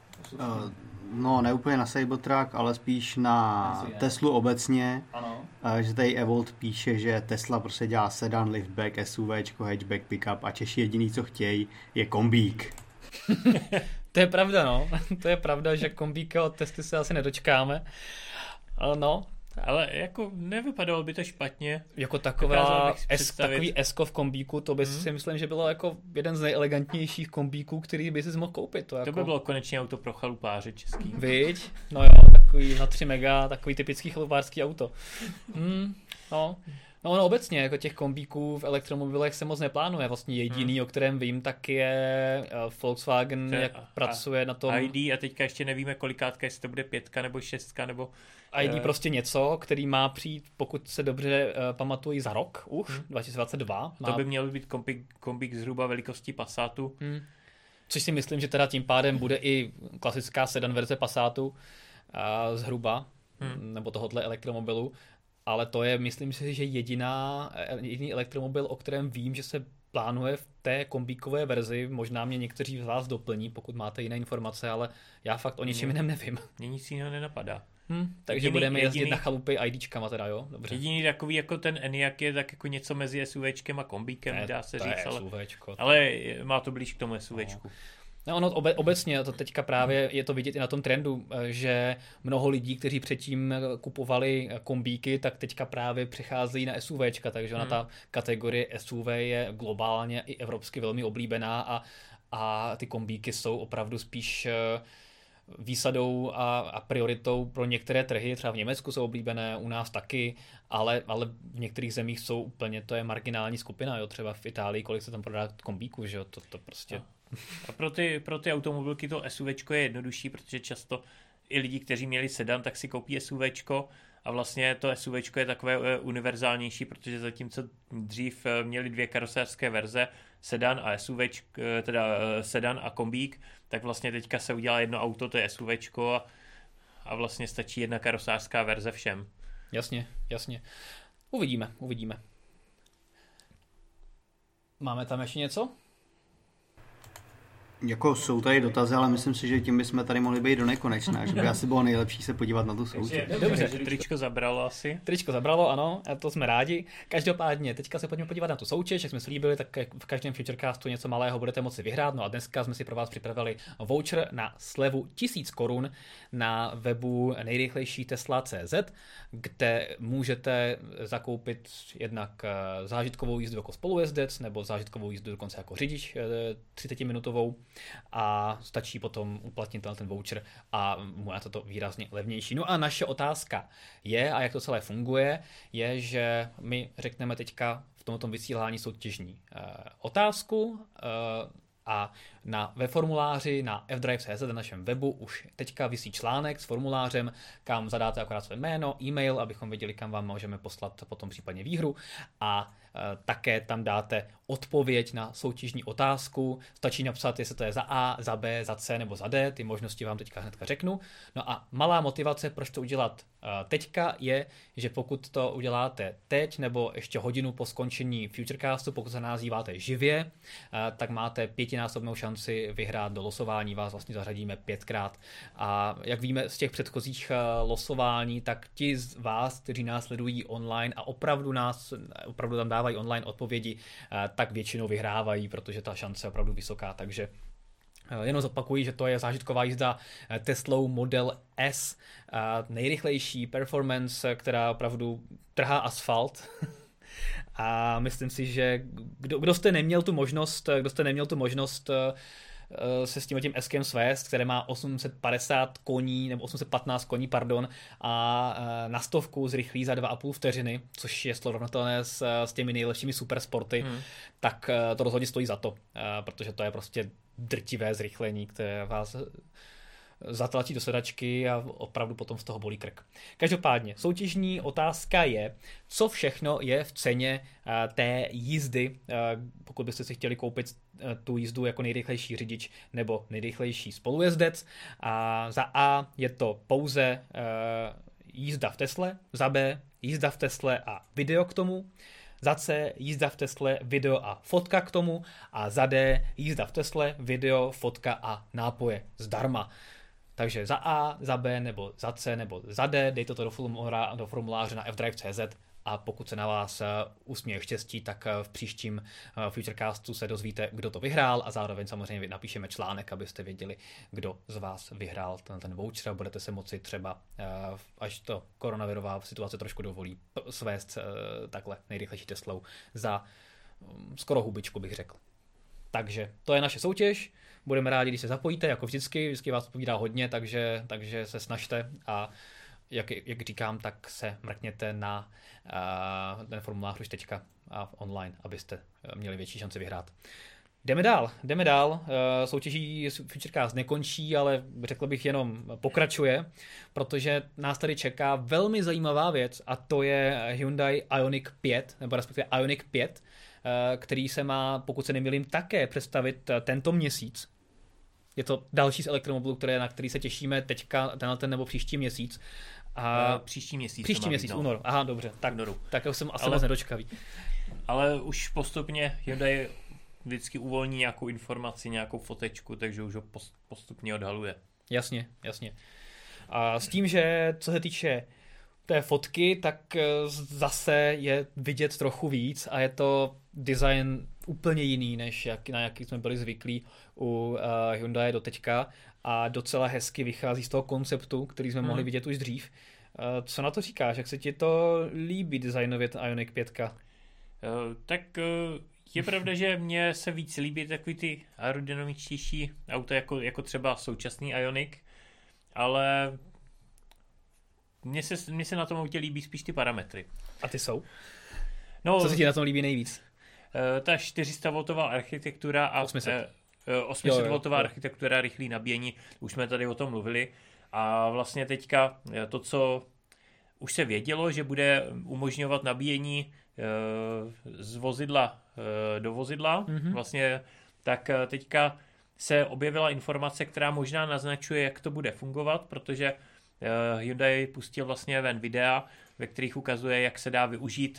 Speaker 3: Ne úplně na Cybertruck, ale spíš na Teslu obecně.
Speaker 1: Ano.
Speaker 3: Že tady Evolt píše, že Tesla prostě dělá sedan, liftback, SUVčko, hatchback, pickup a Češi jediný, co chtějí, je kombík.
Speaker 1: To je pravda, To je pravda, že kombíka od Tesly se asi nedočkáme.
Speaker 2: Ale jako nevypadalo by to špatně.
Speaker 1: Jako takový S-ko v kombíku, to by si myslím, že bylo jako jeden z nejelegantnějších kombíků, který by si mohl koupit.
Speaker 2: To by bylo konečně auto pro chalupáře český.
Speaker 1: Viď? Takový na 3 mega, takový typický chalupářský auto. No obecně, jako těch kombíků v elektromobilech se moc neplánuje. Vlastně jediný, o kterém vím, tak je Volkswagen, jak pracuje na tom.
Speaker 2: ID a teďka ještě nevíme kolikátka, jestli to bude 5 nebo 6 nebo...
Speaker 1: ID prostě něco, který má přijít, pokud se dobře pamatují, za rok už, 2022.
Speaker 2: To by měl být kombík zhruba velikosti Passatu.
Speaker 1: Což si myslím, že teda tím pádem bude i klasická sedan verze Passatu zhruba, nebo tohohle elektromobilu, ale to je, myslím si, že jediný elektromobil, o kterém vím, že se plánuje v té kombíkové verzi. Možná mě někteří z vás doplní, pokud máte jiné informace, ale já fakt o ničem jiném nevím.
Speaker 2: Mně nic jiného nenapadá.
Speaker 1: Takže budeme jezdit na chalupy IDčkama teda, jo? Dobře.
Speaker 2: Jediný takový jako ten Enyaq je tak jako něco mezi SUVčkem a kombíkem, dá se říct, ale má to blíž k tomu SUVčku.
Speaker 1: No, ono obecně, to teďka právě je to vidět i na tom trendu, že mnoho lidí, kteří předtím kupovali kombíky, tak teďka právě přecházejí na SUVčka, takže ona ta kategorie SUV je globálně i evropsky velmi oblíbená a ty kombíky jsou opravdu spíš výsadou a prioritou pro některé trhy, třeba v Německu jsou oblíbené, u nás taky, ale v některých zemích jsou úplně, to je marginální skupina, jo, třeba v Itálii, kolik se tam prodá kombíku, že jo, to prostě...
Speaker 2: No. A pro ty automobilky to SUVčko je jednodušší, protože často i lidi, kteří měli sedan, tak si koupí SUVčko a vlastně to SUVčko je takové univerzálnější, protože zatímco dřív měli 2 karosářské verze, sedan a SUVčko, teda sedan a kombík, tak vlastně teďka se udělá jedno auto, to je SUVčko a vlastně stačí jedna karosářská verze všem.
Speaker 1: Jasně. Uvidíme. Máme tam ještě něco?
Speaker 3: Jako jsou tady dotazy, ale myslím si, že tím bychom tady mohli být do nekonečna, že by asi bylo nejlepší se podívat na tu soutěž.
Speaker 2: Dobře, tričko zabralo asi.
Speaker 1: Tričko zabralo, ano, a to jsme rádi. Každopádně, teďka se pojďme podívat na tu soutěž, jak jsme slíbili, tak v každém Futurecastu něco malého budete moci vyhrát. No a dneska jsme si pro vás připravili voucher na slevu 1000 korun na webu nejrychlejší Tesla.cz, kde můžete zakoupit jednak zážitkovou jízdu jako spolujezdec nebo zážitkovou jízdu dokonce jako řidič 30-minutovou. A stačí potom uplatnit ten voucher a máte to výrazně levnější. No a naše otázka je, a jak to celé funguje, je, že my řekneme teďka v tomto vysílání soutěžní otázku a ve formuláři na fdrive.cz na našem webu už teďka visí článek s formulářem, kam zadáte akorát své jméno, e-mail, abychom věděli, kam vám můžeme poslat potom případně výhru a také tam dáte odpověď na soutěžní otázku. Stačí napsat, jestli to je za A, za B, za C nebo za D. Ty možnosti vám teďka hnedka řeknu. No a malá motivace, proč to udělat teďka, je, že pokud to uděláte teď nebo ještě hodinu po skončení Futurecastu, pokud se nás díváte živě, tak máte 5násobnou šanci vyhrát do losování. Vás vlastně zařadíme 5krát. A jak víme z těch předchozích losování, tak ti z vás, kteří nás sledují online a opravdu tam dávají online odpovědi, tak většinou vyhrávají, protože ta šance je opravdu vysoká, takže jenom zopakuji, že to je zážitková jízda Teslou Model S, nejrychlejší performance, která opravdu trhá asfalt. A myslím si, že kdo jste neměl tu možnost se s tím Skem svést, které má 850 koní, nebo 815 koní, pardon, a na 100 zrychlí za 2,5 vteřiny, což je srovnatelné s těmi nejlepšími supersporty, tak to rozhodně stojí za to, protože to je prostě drtivé zrychlení, které vás zatlačí do sedačky a opravdu potom z toho bolí krk. Každopádně, soutěžní otázka je, co všechno je v ceně té jízdy, pokud byste si chtěli koupit tu jízdu jako nejrychlejší řidič nebo nejrychlejší spolujezdec. A za A je to pouze jízda v Tesle, za B jízda v Tesle a video k tomu, za C jízda v Tesle, video a fotka k tomu a za D jízda v Tesle, video, fotka a nápoje zdarma. Takže za A, za B, nebo za C, nebo za D, dejte to do formuláře na fdrive.cz a pokud se na vás usměje štěstí, tak v příštím Futurecastu se dozvíte, kdo to vyhrál a zároveň samozřejmě napíšeme článek, abyste věděli, kdo z vás vyhrál ten voucher a budete se moci třeba, až to koronavirová situace trošku dovolí, svést takhle nejrychlejší Teslou za skoro hubičku, bych řekl. Takže to je naše soutěž. Budeme rádi, když se zapojíte, jako vždycky vás povídá hodně, takže se snažte a jak říkám, tak se mrkněte na ten formulář už teďka online, abyste měli větší šanci vyhrát. Jdeme dál. Soutěží Futurecast nekončí, ale řekl bych jenom pokračuje, protože nás tady čeká velmi zajímavá věc a to je Hyundai Ioniq 5, nebo respektive Ioniq 5, který se má, pokud se nemýlím, také představit tento měsíc. Je to další z elektromobilů, na který se těšíme teďka, ten nebo příští měsíc. A
Speaker 2: příští měsíc.
Speaker 1: Příští měsíc, únor. Aha, dobře. Tak jsem asi moc nedočkavý.
Speaker 2: Ale už postupně Hyundai vždycky uvolní nějakou informaci, nějakou fotečku, takže už ho postupně odhaluje.
Speaker 1: Jasně. A s tím, že co se týče té fotky, tak zase je vidět trochu víc a je to design úplně jiný, než na jaký jsme byli zvyklí u Hyundai doteďka a docela hezky vychází z toho konceptu, který jsme mohli vidět už dřív. Co na to říkáš? Jak se ti to líbí designově Ioniq 5?
Speaker 2: Tak je pravda, že mně se víc líbí takový ty aerodynamičtější auta, jako třeba současný Ioniq, ale mně se na tom autě líbí spíš ty parametry.
Speaker 1: A ty jsou?
Speaker 2: No,
Speaker 1: co se ti na tom líbí nejvíc?
Speaker 2: Ta 400V architektura a 800V architektura, rychlý nabíjení, už jsme tady o tom mluvili. A vlastně teďka to, co už se vědělo, že bude umožňovat nabíjení z vozidla do vozidla, vlastně, tak teďka se objevila informace, která možná naznačuje, jak to bude fungovat, protože Hyundai pustil vlastně ven videa, ve kterých ukazuje, jak se dá využít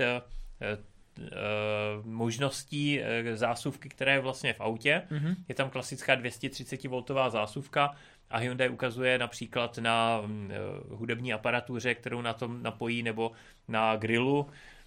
Speaker 2: možností zásuvky, která je vlastně v autě. Je tam klasická 230V zásuvka a Hyundai ukazuje například na hudební aparatuře, kterou na tom napojí, nebo na grilu,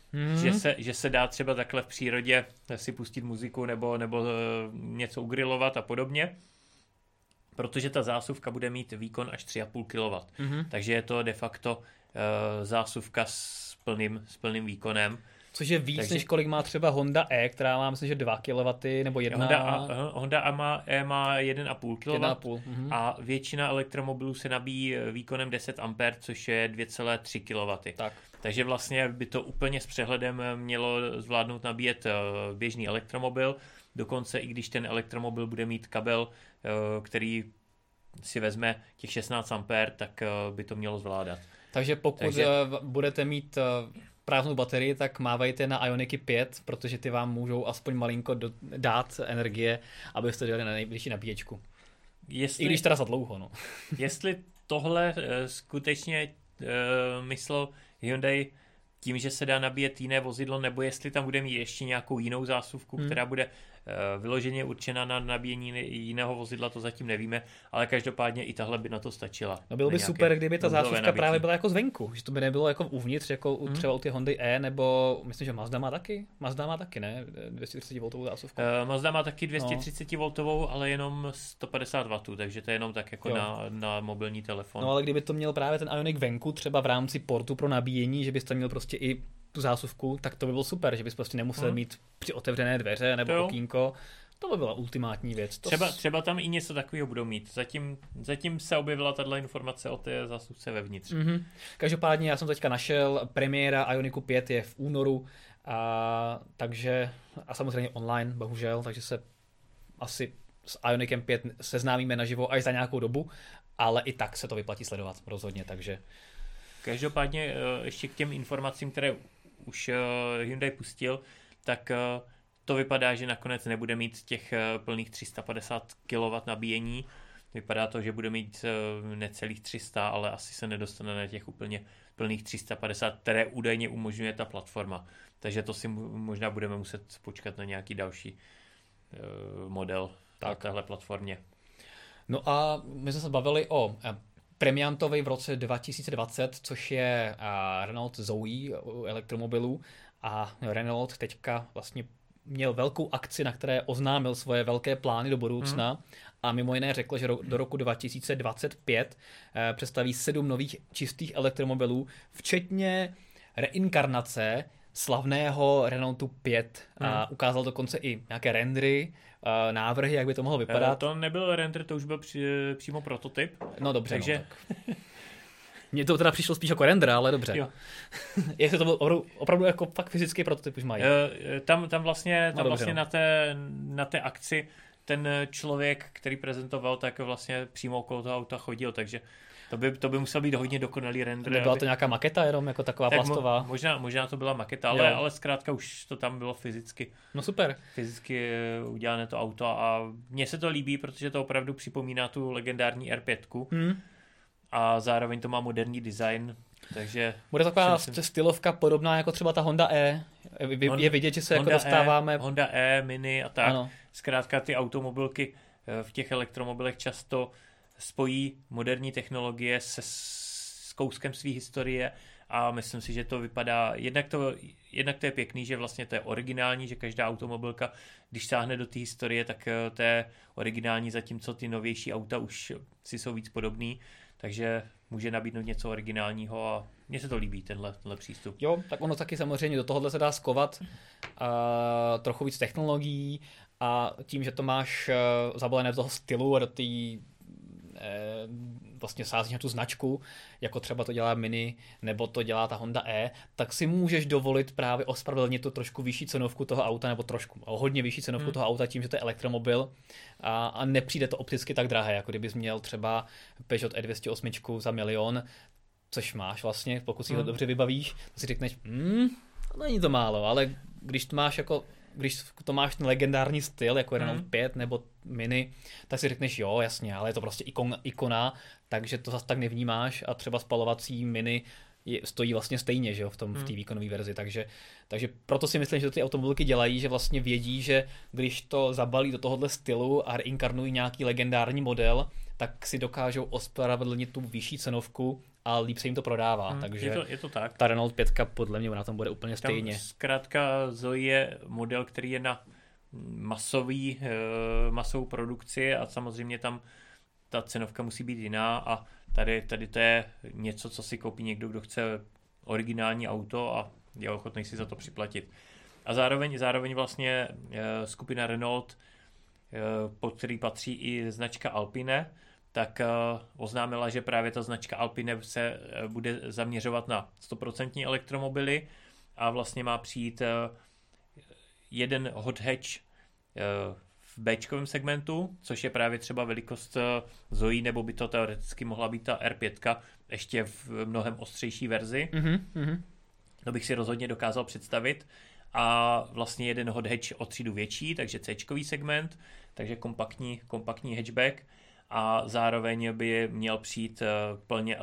Speaker 2: že se dá třeba takhle v přírodě si pustit muziku nebo něco ugrilovat a podobně. Protože ta zásuvka bude mít výkon až 3,5 kW. Takže je to de facto zásuvka s plným výkonem.
Speaker 1: Což je víc, než kolik má třeba Honda E, která má, myslím, že 2 kW nebo 1.
Speaker 2: Honda E má 1,5 kW a většina elektromobilů se nabíjí výkonem 10 A, což je 2,3 kW. Takže vlastně by to úplně s přehledem mělo zvládnout nabíjet běžný elektromobil. Dokonce i když ten elektromobil bude mít kabel, který si vezme těch 16 A, tak by to mělo zvládat.
Speaker 1: Takže pokud budete mít prázdnou baterii, tak mávejte na Ioniqy 5, protože ty vám můžou aspoň malinko dát energie, abyste jeli na nejbližší nabíječku. I když teda za dlouho. No.
Speaker 2: Jestli tohle skutečně myslel Hyundai tím, že se dá nabíjet jiné vozidlo, nebo jestli tam bude mít ještě nějakou jinou zásuvku, která bude vyloženě určena na nabíjení jiného vozidla, to zatím nevíme, ale každopádně i tahle by na to stačila.
Speaker 1: No bylo by super, kdyby ta zásuvka právě byla jako zvenku, že to by nebylo jako uvnitř, jako třeba u ty Hondy E, nebo myslím, že Mazda má taky, ne? 230V zásuvku.
Speaker 2: Mazda má taky 230V, ale jenom 150W, takže to je jenom tak jako na mobilní telefon.
Speaker 1: No ale kdyby to měl právě ten Ioniq venku, třeba v rámci portu pro nabíjení, že byste měl prostě i tu zásuvku, tak to by bylo super, že bys prostě nemusel mít při otevřené dveře nebo okýnko. To by byla ultimátní věc.
Speaker 2: Třeba tam i něco takového budou mít. Zatím se objevila tato informace o té zásuvce vevnitř.
Speaker 1: Každopádně já jsem teďka našel, premiéra Ioniqu 5 je v únoru, a samozřejmě online, bohužel, takže se asi s Ioniqem 5 seznámíme naživo až za nějakou dobu, ale i tak se to vyplatí sledovat rozhodně, takže...
Speaker 2: Každopádně ještě k těm informacím, které už Hyundai pustil, tak to vypadá, že nakonec nebude mít těch plných 350 kW nabíjení. Vypadá to, že bude mít necelých 300, ale asi se nedostane na těch úplně plných 350, které údajně umožňuje ta platforma. Takže to si možná budeme muset počkat na nějaký další model na téhle platformě.
Speaker 1: No a my jsme se bavili o premiantovi v roce 2020, což je Renault Zoe elektromobilů, a Renault teďka vlastně měl velkou akci, na které oznámil svoje velké plány do budoucna a mimo jiné řekl, že do roku 2025 představí 7 nových čistých elektromobilů, včetně reinkarnace slavného Renaultu 5 a ukázal dokonce i nějaké rendery, návrhy, jak by to mohlo vypadat.
Speaker 2: To nebyl render, to už byl přímo prototyp.
Speaker 1: No dobře, takže... Mně to teda přišlo spíš jako render, ale dobře. Jo. Jestli to byl opravdu jako fakt fyzický prototyp už mají.
Speaker 2: Tam vlastně na té akci ten člověk, který prezentoval, tak vlastně přímo okolo toho auta chodil, takže to by musel být hodně dokonalý render.
Speaker 1: Nebyla to nějaká maketa jenom, jako taková tak plastová?
Speaker 2: Možná to byla maketa, ale zkrátka už to tam bylo fyzicky.
Speaker 1: No super.
Speaker 2: Fyzicky udělané to auto a mně se to líbí, protože to opravdu připomíná tu legendární R5 a zároveň to má moderní design. Takže
Speaker 1: bude taková stylovka podobná jako třeba ta Honda E. Je vidět, že se jako dostáváme...
Speaker 2: Honda E, Mini a tak. Ano. Zkrátka ty automobilky v těch elektromobilech často spojí moderní technologie s kouskem své historie a myslím si, že to vypadá, jednak to je pěkný, že vlastně to je originální, že každá automobilka, když sáhne do té historie, tak to je originální, zatímco ty novější auta už si jsou víc podobný, takže může nabídnout něco originálního a mně se to líbí, tenhle přístup.
Speaker 1: Jo, tak ono taky samozřejmě do tohohle se dá skovat trochu víc technologií a tím, že to máš zabalené do toho stylu a do té vlastně sázíš na tu značku, jako třeba to dělá Mini, nebo to dělá ta Honda E, tak si můžeš dovolit právě ospravedlnit tu trošku vyšší cenovku toho auta, nebo trošku hodně vyšší cenovku toho auta tím, že to je elektromobil a nepřijde to opticky tak drahé, jako kdybys měl třeba Peugeot E208 za 1 000 000, což máš vlastně, pokud si ho dobře vybavíš, to si řekneš, není to málo, ale když to máš ten legendární styl, jako Renault 5 nebo Mini, tak si řekneš, jo, jasně, ale je to prostě ikona, takže to zase tak nevnímáš a třeba spalovací Mini stojí vlastně stejně, že jo, v té výkonové verzi, takže proto si myslím, že to ty automobilky dělají, že vlastně vědí, že když to zabalí do tohohle stylu a reinkarnují nějaký legendární model, tak si dokážou ospravedlnit tu vyšší cenovku a líp se jim to prodává, takže
Speaker 2: je to tak.
Speaker 1: Ta Renault 5 podle mě na tom bude úplně stejně.
Speaker 2: Zkrátka Zoe je model, který je na masovou produkci a samozřejmě tam ta cenovka musí být jiná a tady to je něco, co si koupí někdo, kdo chce originální auto a je ochotný si za to připlatit. A zároveň vlastně skupina Renault, pod který patří i značka Alpine, tak oznámila, že právě ta značka Alpine se bude zaměřovat na 100% elektromobily a vlastně má přijít jeden hot hatch v Bčkovém segmentu, což je právě třeba velikost Zoe, nebo by to teoreticky mohla být ta R5, ještě v mnohem ostřejší verzi. To bych si rozhodně dokázal představit. A vlastně jeden hot hatch o třídu větší, takže C-čkový segment, takže kompaktní hatchback a zároveň by měl přijít plně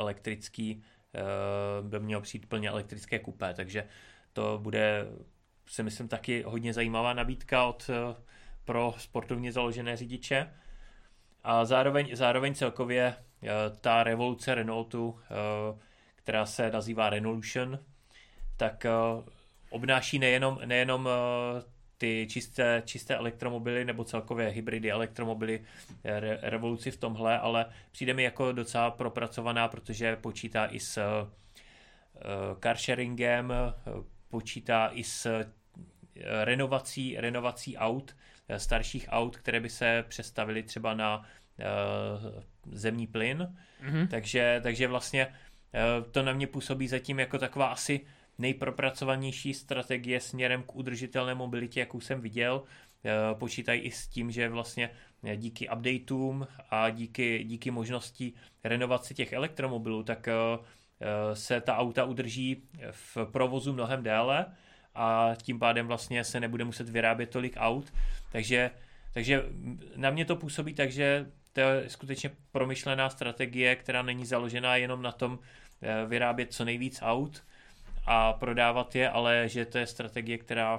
Speaker 2: elektrické kupé, takže to bude, si myslím, taky hodně zajímavá nabídka pro sportovně založené řidiče. A zároveň celkově ta revoluce Renaultu, která se nazývá Renaulution, tak obnáší nejenom ty čisté elektromobily nebo celkově hybridy elektromobily, revoluci v tomhle, ale přijde mi jako docela propracovaná, protože počítá i s carsharingem, počítá i s renovací aut, starších aut, které by se přestavily třeba na zemní plyn. Takže vlastně to na mě působí zatím jako taková asi nejpropracovanější strategie směrem k udržitelné mobilitě, jakou jsem viděl. Počítají i s tím, že vlastně díky updateům a díky možnosti renovace těch elektromobilů, tak se ta auta udrží v provozu mnohem déle a tím pádem vlastně se nebude muset vyrábět tolik aut. Takže na mě to působí tak, že to je skutečně promyšlená strategie, která není založená jenom na tom vyrábět co nejvíc aut a prodávat je, ale že to je strategie, která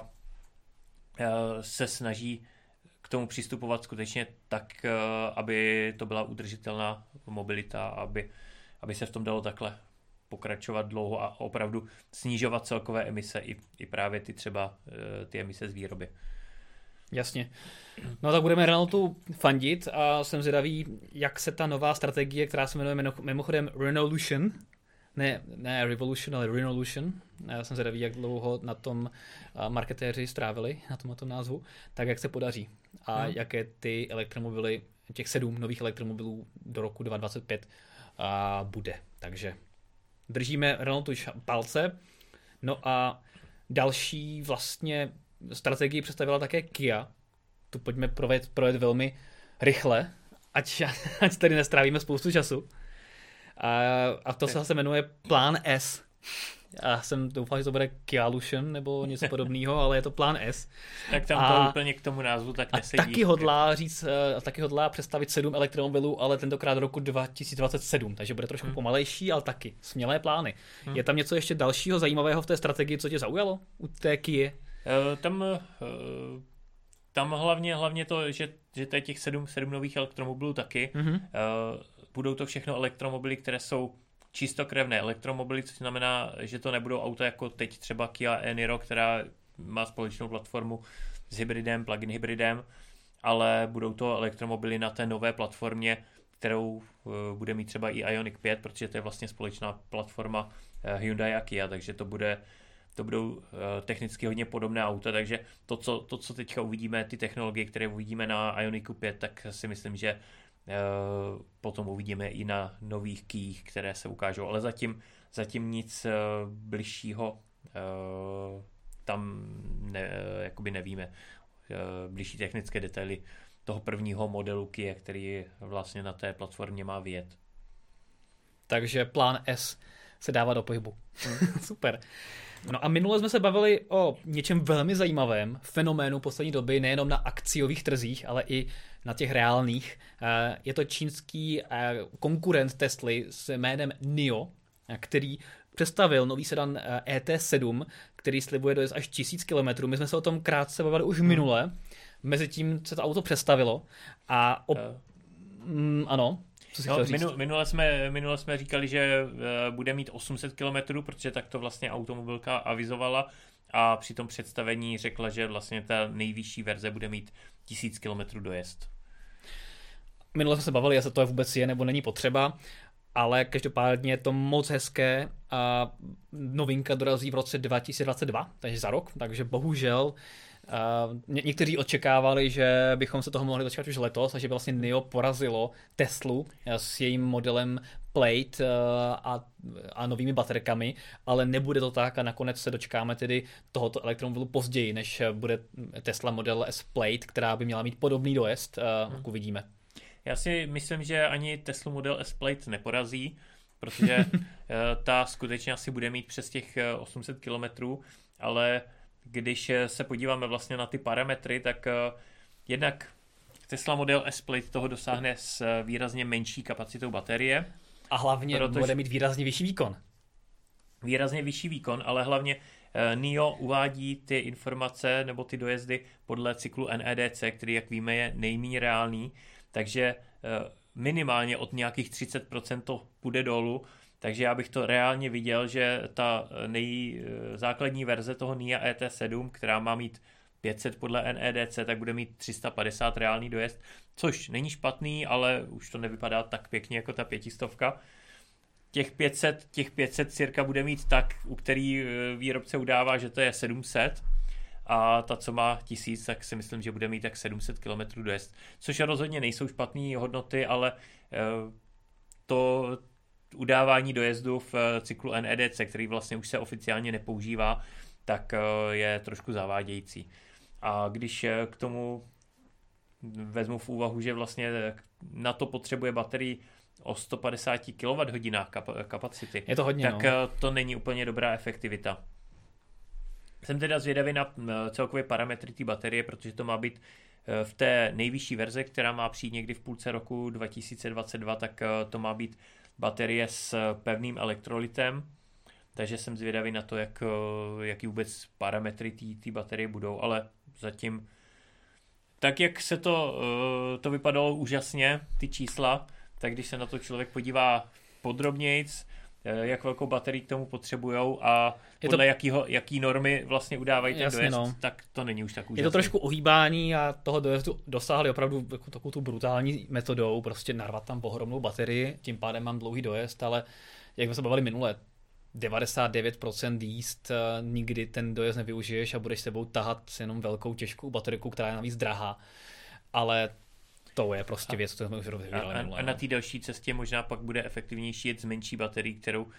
Speaker 2: se snaží k tomu přistupovat skutečně tak, aby to byla udržitelná mobilita, aby se v tom dalo takhle pokračovat dlouho a opravdu snižovat celkové emise i právě ty emise z výroby.
Speaker 1: Jasně. No tak budeme Renaultu fandit a jsem zvědavý, jak se ta nová strategie, která se jmenuje mimochodem Renaulution, ne Revolution, ale Renaulution. Já jsem zvědavý, jak dlouho na tom marketéři strávili, na tomto názvu, tak jak se podaří a jaké ty elektromobily, těch 7 nových elektromobilů do roku 2025 bude. Takže držíme Renaultu palce. No a další vlastně strategii představila také Kia. tu pojďme projet velmi rychle, ať tady nestrávíme spoustu času. A to se zase jmenuje Plán S. Já jsem doufal, že to bude Kialution nebo něco podobného, ale je to Plán S.
Speaker 2: Tak tam to úplně k tomu názvu tak nesedí.
Speaker 1: Taky hodlá představit 7 elektromobilů, ale tentokrát roku 2027, takže bude trošku pomalejší, ale taky smělé plány. Je tam něco ještě dalšího zajímavého v té strategii, co tě zaujalo u té Kia?
Speaker 2: Tam hlavně to, že to je těch 7 nových elektromobilů taky. Budou to všechno elektromobily, které jsou čistokrevné elektromobily, což znamená, že to nebudou auta jako teď třeba Kia e-Niro, která má společnou platformu s hybridem, plug-in hybridem, ale budou to elektromobily na té nové platformě, kterou bude mít třeba i Ioniq 5, protože to je vlastně společná platforma Hyundai a Kia, takže to budou technicky hodně podobné auta, takže to, co teďka uvidíme, ty technologie, které uvidíme na Ioniqu 5, tak si myslím, že potom uvidíme i na nových Kiích, které se ukážou, ale zatím nic bližšího tam jakoby nevíme. Bližší technické detaily toho prvního modelu Kia, který vlastně na té platformě má vyjet.
Speaker 1: Takže Plán S se dává do pohybu. Super. No a minule jsme se bavili o něčem velmi zajímavém, fenoménu poslední doby, nejenom na akciových trzích, ale i na těch reálných. Je to čínský konkurent Tesly s jménem NIO, který představil nový sedan ET7, který slibuje dojezd až 1000 km. My jsme se o tom krátce bavili už minule, mezitím se to auto představilo a ano.
Speaker 2: Minule jsme říkali, že bude mít 800 km, protože tak to vlastně automobilka avizovala a při tom představení řekla, že vlastně ta nejvyšší verze bude mít 1000 km dojezd.
Speaker 1: Minule jsme se bavili, jestli to vůbec je nebo není potřeba, ale každopádně je to moc hezké a novinka dorazí v roce 2022, takže za rok, takže bohužel někteří očekávali, že bychom se toho mohli dočkat už letos a že by vlastně NIO porazilo Teslu s jejím modelem Plate a novými baterkami, ale nebude to tak a nakonec se dočkáme tedy tohoto elektromobilu později, než bude Tesla Model S Plate, která by měla mít podobný dojezd, uvidíme.
Speaker 2: Já si myslím, že ani Tesla Model S Plate neporazí, protože ta skutečně asi bude mít přes těch 800 km, ale když se podíváme vlastně na ty parametry, tak jednak Tesla Model S Plate toho dosáhne s výrazně menší kapacitou baterie.
Speaker 1: A hlavně bude mít výrazně vyšší výkon.
Speaker 2: Výrazně vyšší výkon, ale hlavně NIO uvádí ty informace nebo ty dojezdy podle cyklu NEDC, který, jak víme, je nejméně reálný, takže minimálně od nějakých 30% to půjde dolů. Takže já bych to reálně viděl, že ta základní verze toho NIA ET7, která má mít 500 podle NEDC, tak bude mít 350 reálný dojezd, což není špatný, ale už to nevypadá tak pěkně jako ta 500. Těch 500 cirka bude mít tak, u který výrobce udává, že to je 700, a ta, co má 1000, tak si myslím, že bude mít tak 700 km dojezd, což rozhodně nejsou špatné hodnoty, ale to udávání dojezdu v cyklu NEDC, který vlastně už se oficiálně nepoužívá, tak je trošku zavádějící. A když k tomu vezmu v úvahu, že vlastně na to potřebuje baterii o 150 kWh kapacity,
Speaker 1: je to hodně,
Speaker 2: tak to není úplně dobrá efektivita. Jsem teda zvědavý na celkové parametry té baterie, protože to má být v té nejvyšší verze, která má přijít někdy v půlce roku 2022, tak to má být baterie s pevným elektrolytem, takže jsem zvědavý na to, jaký vůbec parametry té baterie budou, ale zatím tak, jak se to vypadalo úžasně, ty čísla, tak když se na to člověk podívá podrobnějc, jak velkou baterii k tomu potřebujou a podle jaký normy vlastně udávají ten dojezd, tak to není už tak úžasné.
Speaker 1: Je to trošku ohýbání a toho dojezdu dosáhli opravdu takovou tu brutální metodou, prostě narvat tam ohromnou baterii, tím pádem mám dlouhý dojezd, ale jak jsme se bavili minule, 99% jízd nikdy ten dojezd nevyužiješ a budeš sebou tahat jenom velkou těžkou baterku, která je navíc drahá, ale to je prostě věc, kterou jsme už rozvěděli.
Speaker 2: A na té další cestě možná pak bude efektivnější jet s menší baterií, kterou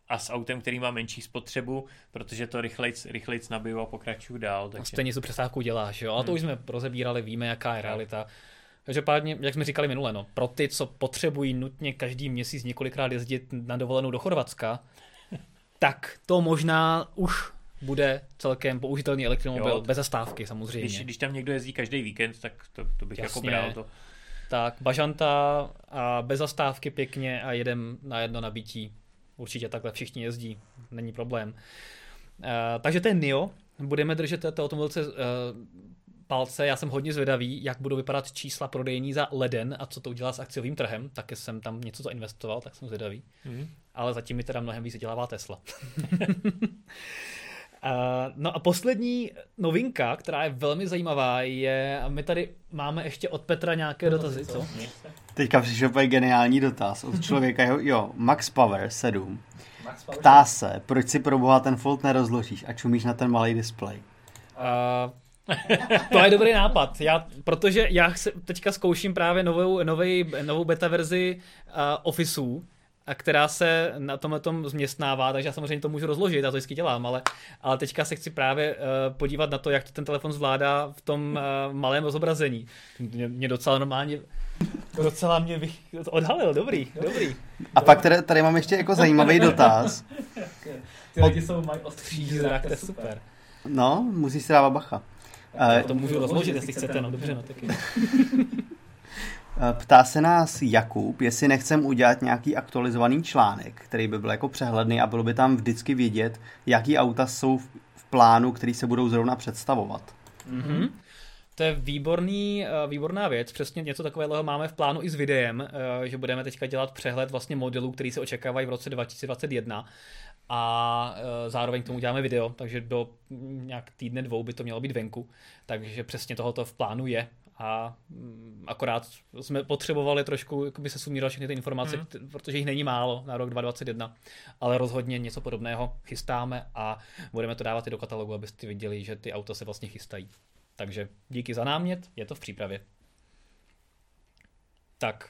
Speaker 2: a s autem, který má menší spotřebu, protože to rychlejc nabiju a pokračuju dál. Takže...
Speaker 1: Stejně tu přestávku děláš, jo? A to už jsme rozebírali, víme, jaká je realita. Každopádně, jak jsme říkali minule, no, pro ty, co potřebují nutně každý měsíc několikrát jezdit na dovolenou do Chorvatska, tak to možná už bude celkem použitelný elektromobil, bez zastávky samozřejmě.
Speaker 2: Když tam někdo jezdí každý víkend, tak to bych jako bral to.
Speaker 1: Tak, bažanta a bez zastávky pěkně a jedem na jedno nabití. Určitě takhle všichni jezdí, není problém. Takže ten NIO, budeme držet této automobilce palce, já jsem hodně zvědavý, jak budou vypadat čísla prodejní za leden a co to udělá s akciovým trhem, taky jsem tam něco zainvestoval, tak jsem zvědavý. Ale zatím mi teda mnohem víc dělává Tesla. No a poslední novinka, která je velmi zajímavá, je, a my tady máme ještě od Petra nějaké dotazy, co?
Speaker 3: Teďka přišel úplně geniální dotaz od člověka, jo, Max Power 7. Ptá se, proč si pro boha ten Fold nerozložíš a čumíš na ten malý displej?
Speaker 1: To je dobrý nápad, protože já teďka zkouším právě novou beta verzi Officeu, a která se na tomhletom změstnává, takže já samozřejmě to můžu rozložit, já to vždycky dělám, ale teďka se chci právě podívat na to, jak to ten telefon zvládá v tom malém rozobrazení. Mě docela normálně odhalil, dobrý.
Speaker 3: A pak tady mám ještě jako zajímavý dotaz.
Speaker 1: Ty lidi mají ostří zrak, to je super.
Speaker 3: No, musíš si dávat bacha.
Speaker 1: To můžu rozložit, jestli chcete, no dobře, no taky.
Speaker 3: Ptá se nás Jakub, jestli nechcem udělat nějaký aktualizovaný článek, který by byl jako přehledný a bylo by tam vždycky vědět, jaký auta jsou v plánu, který se budou zrovna představovat.
Speaker 1: Mm-hmm. To je výborná věc, přesně něco takového máme v plánu i s videem, že budeme teďka dělat přehled vlastně modelů, který se očekávají v roce 2021 a zároveň k tomu děláme video, takže do nějak týdne 2 by to mělo být venku, takže přesně tohoto v plánu je. A akorát jsme potřebovali trošku by se sumírat všechny ty informace, protože jich není málo na rok 2021, ale rozhodně něco podobného chystáme a budeme to dávat i do katalogu, abyste viděli, že ty auta se vlastně chystají. Takže díky za námět, je to v přípravě. Tak,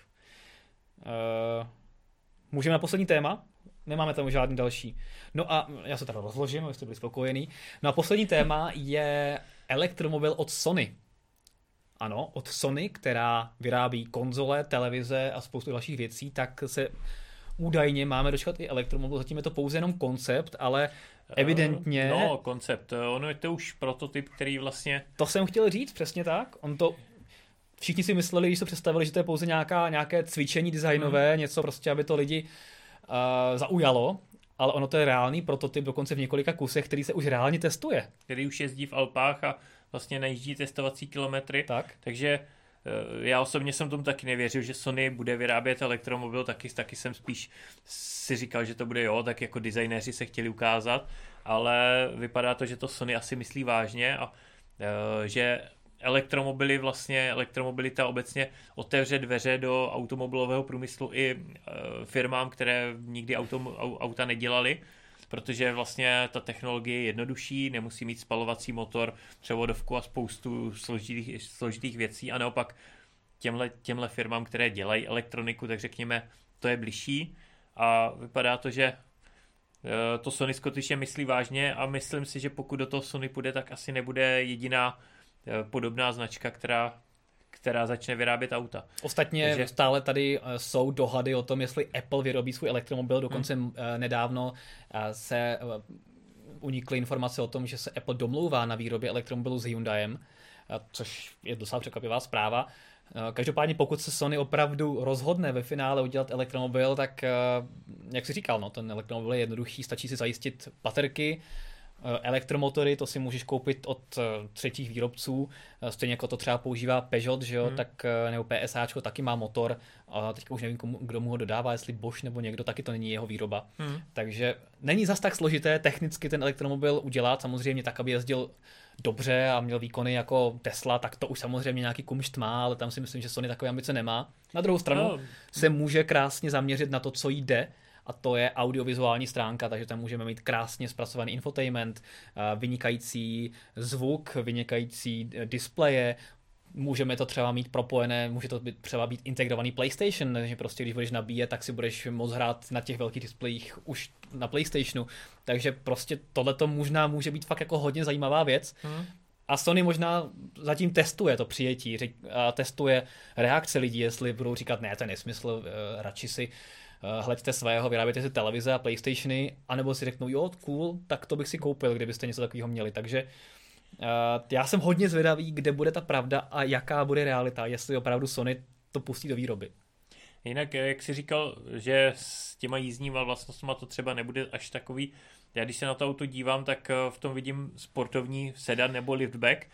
Speaker 1: můžeme na poslední téma? Nemáme tam žádný další. No a já se teda rozložím, abyste byli spokojení. No a poslední téma je elektromobil od Sony. Ano, od Sony, která vyrábí konzole, televize a spoustu dalších věcí, tak se údajně máme dočkat i elektromobil. Zatím je to pouze jenom koncept, ale evidentně...
Speaker 2: No, koncept. Ono je to už prototyp, který vlastně...
Speaker 1: To jsem chtěl říct, přesně tak. Všichni si mysleli, když se představili, že to je pouze nějaké cvičení designové, něco prostě, aby to lidi zaujalo, ale ono to je reálný prototyp, dokonce v několika kusech, který se už reálně testuje.
Speaker 2: Který už jezdí v Alpách a vlastně najíždí testovací kilometry.
Speaker 1: Tak.
Speaker 2: Takže já osobně jsem tomu taky nevěřil, že Sony bude vyrábět elektromobil, taky jsem spíš si říkal, že to bude tak jako designéři se chtěli ukázat, ale vypadá to, že to Sony asi myslí vážně a že elektromobilita obecně otevře dveře do automobilového průmyslu i firmám, které nikdy auta nedělali, protože vlastně ta technologie je jednodušší, nemusí mít spalovací motor, převodovku a spoustu složitých věcí a naopak těmhle firmám, které dělají elektroniku, tak řekněme, to je bližší a vypadá to, že to Sony skutečně myslí vážně a myslím si, že pokud do toho Sony půjde, tak asi nebude jediná podobná značka, která začne vyrábět auta.
Speaker 1: Ostatně stále tady jsou dohady o tom, jestli Apple vyrobí svůj elektromobil. Dokonce nedávno se unikly informace o tom, že se Apple domlouvá na výrobě elektromobilu s Hyundaiem, což je docela překvapivá zpráva. Každopádně pokud se Sony opravdu rozhodne ve finále udělat elektromobil, tak jak jsi říkal, ten elektromobil je jednoduchý, stačí si zajistit baterky, elektromotory, to si můžeš koupit od třetích výrobců, stejně jako to třeba používá Peugeot, že jo, tak, nebo PSAčko taky má motor, a teďka už nevím, kdo mu ho dodává, jestli Bosch nebo někdo, taky to není jeho výroba. Takže není zas tak složité technicky ten elektromobil udělat, samozřejmě tak, aby jezdil dobře a měl výkony jako Tesla, tak to už samozřejmě nějaký kumšt má, ale tam si myslím, že Sony takové ambice nemá. Na druhou stranu se může krásně zaměřit na to, co jde, a to je audiovizuální stránka, takže tam můžeme mít krásně zpracovaný infotainment, vynikající zvuk, vynikající displeje, můžeme to třeba mít propojené, může to třeba být integrovaný PlayStation, že prostě když budeš nabíjet, tak si budeš moct hrát na těch velkých displejích už na PlayStationu. Takže prostě tohleto možná může být fakt jako hodně zajímavá věc. A Sony možná zatím testuje to přijetí, testuje reakce lidí, jestli budou říkat, ne, to je nesmysl, radši si hleďte svého, vyrábějte si televize a PlayStationy, anebo si řeknou, jo, cool, tak to bych si koupil, kdybyste něco takového měli. Takže já jsem hodně zvědavý, kde bude ta pravda a jaká bude realita, jestli opravdu Sony to pustí do výroby.
Speaker 2: Jinak, jak jsi říkal, že s těma jízdníma vlastnostma to třeba nebude až takový. Já když se na to auto dívám, tak v tom vidím sportovní sedan nebo liftback,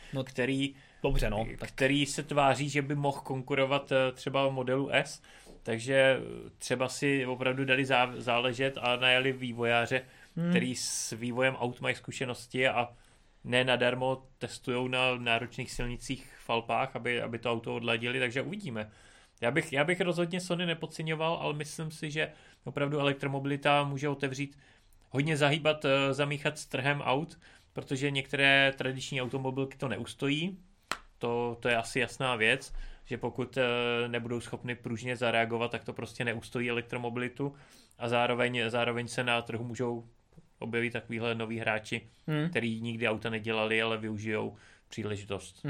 Speaker 2: který se tváří, že by mohl konkurovat třeba modelu S, takže třeba si opravdu dali záležet a najali vývojáře, který s vývojem aut mají zkušenosti a ne nadarmo testujou na náročných silnicích v Alpách, aby to auto odladili, takže uvidíme. Já bych rozhodně Sony nepodceňoval, ale myslím si, že opravdu elektromobilita může otevřít, hodně zamíchat s trhem aut, protože některé tradiční automobilky to neustojí. To je asi jasná věc, že pokud nebudou schopny pružně zareagovat, tak to prostě neustojí elektromobilitu a zároveň se na trhu můžou objevit takovýhle noví hráči, který nikdy auta nedělali, ale využijou příležitost.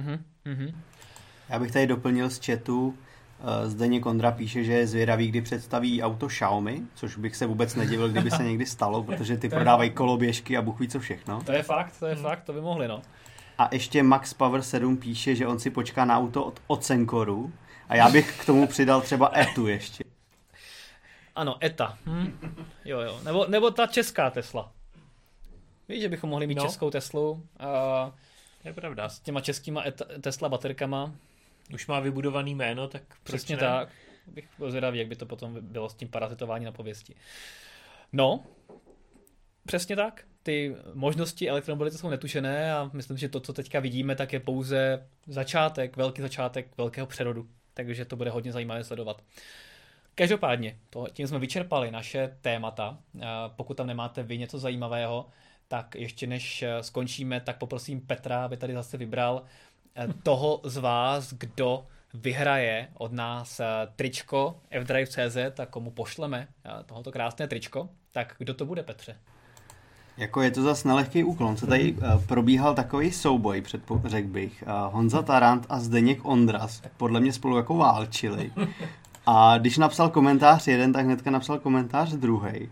Speaker 3: Já bych tady doplnil z chatu, Zdeněk Ondra píše, že je zvědavý, kdy představí auto Xiaomi, což bych se vůbec nedivil, kdyby se někdy stalo, protože ty prodávají koloběžky a Bůh ví co všechno.
Speaker 1: To je fakt, to by mohli, no.
Speaker 3: A ještě Max Power 7 píše, že on si počká na auto od Ocenkoru a já bych k tomu přidal třeba Etu ještě.
Speaker 1: Ano, Eta. Jo. Nebo ta česká Tesla. Víš, že bychom mohli mít českou Teslu
Speaker 2: je pravda.
Speaker 1: S těma českýma Tesla baterkama.
Speaker 2: Už má vybudovaný jméno, tak
Speaker 1: přesně tak. Bych byl zvědavý, jak by to potom bylo s tím parazitováním na pověsti. No, přesně tak. Ty možnosti elektromobility jsou netušené a myslím, že to, co teďka vidíme, tak je pouze velký začátek velkého přerodu. Takže to bude hodně zajímavé sledovat. Každopádně, tím jsme vyčerpali naše témata. Pokud tam nemáte vy něco zajímavého, tak ještě než skončíme, tak poprosím Petra, aby tady zase vybral toho z vás, kdo vyhraje od nás tričko fdrive.cz a komu pošleme tohoto krásné tričko. Tak kdo to bude, Petře?
Speaker 3: Jako je to zas nelehký úklon, co tady probíhal takový souboj, řekl bych. Honza Tarant a Zdeněk Ondras podle mě spolu jako válčili. A když napsal komentář jeden, tak hnedka napsal komentář druhej.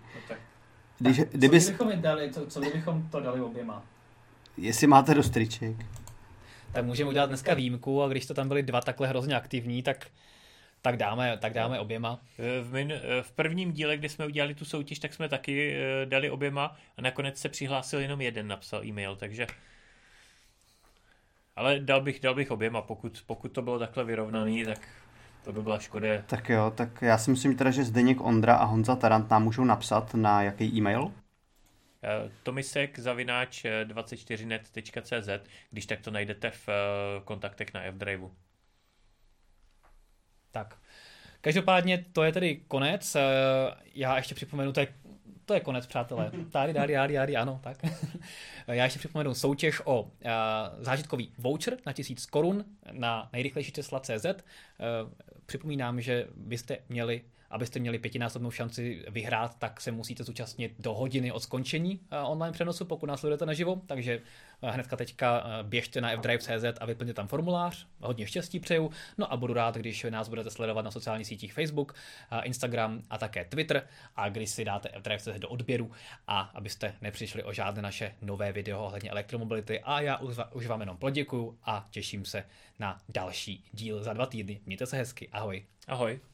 Speaker 1: Co kdybychom to dali oběma?
Speaker 3: Jestli máte dost triček.
Speaker 1: Tak můžeme udělat dneska výjimku a když to tam byly dva takhle hrozně aktivní, tak dáme oběma.
Speaker 2: V prvním díle, kdy jsme udělali tu soutěž, tak jsme taky dali oběma a nakonec se přihlásil jenom jeden, napsal e-mail, takže ale dal bych oběma, pokud to bylo takhle vyrovnaný, tak to by byla škoda.
Speaker 3: Tak jo, tak já si myslím teda, že Zdeněk Ondra a Honza Tarant nám můžou napsat na jaký e-mail?
Speaker 2: tomisek@24net.cz, když tak to najdete v kontaktech na F-Driveu.
Speaker 1: Tak, každopádně to je tedy konec. Já ještě připomenu, to je konec, přátelé. Tady, ano, tak. Já ještě připomenu soutěž o zážitkový voucher na 1000 korun na nejrychlejší Tesla.cz. Připomínám, že abyste měli 5násobnou šanci vyhrát, tak se musíte zúčastnit do hodiny od skončení online přenosu, pokud nás sledujete naživo, takže hnedka teďka běžte na fdrive.cz a vyplňte tam formulář. Hodně štěstí přeju. No a budu rád, když nás budete sledovat na sociálních sítích Facebook, Instagram a také Twitter a když si dáte fdrive.cz do odběru a abyste nepřišli o žádné naše nové video ohledně elektromobility a já už vám jenom poděkuju a těším se na další díl za 2 týdny. Mějte se hezky. Ahoj.
Speaker 2: Ahoj.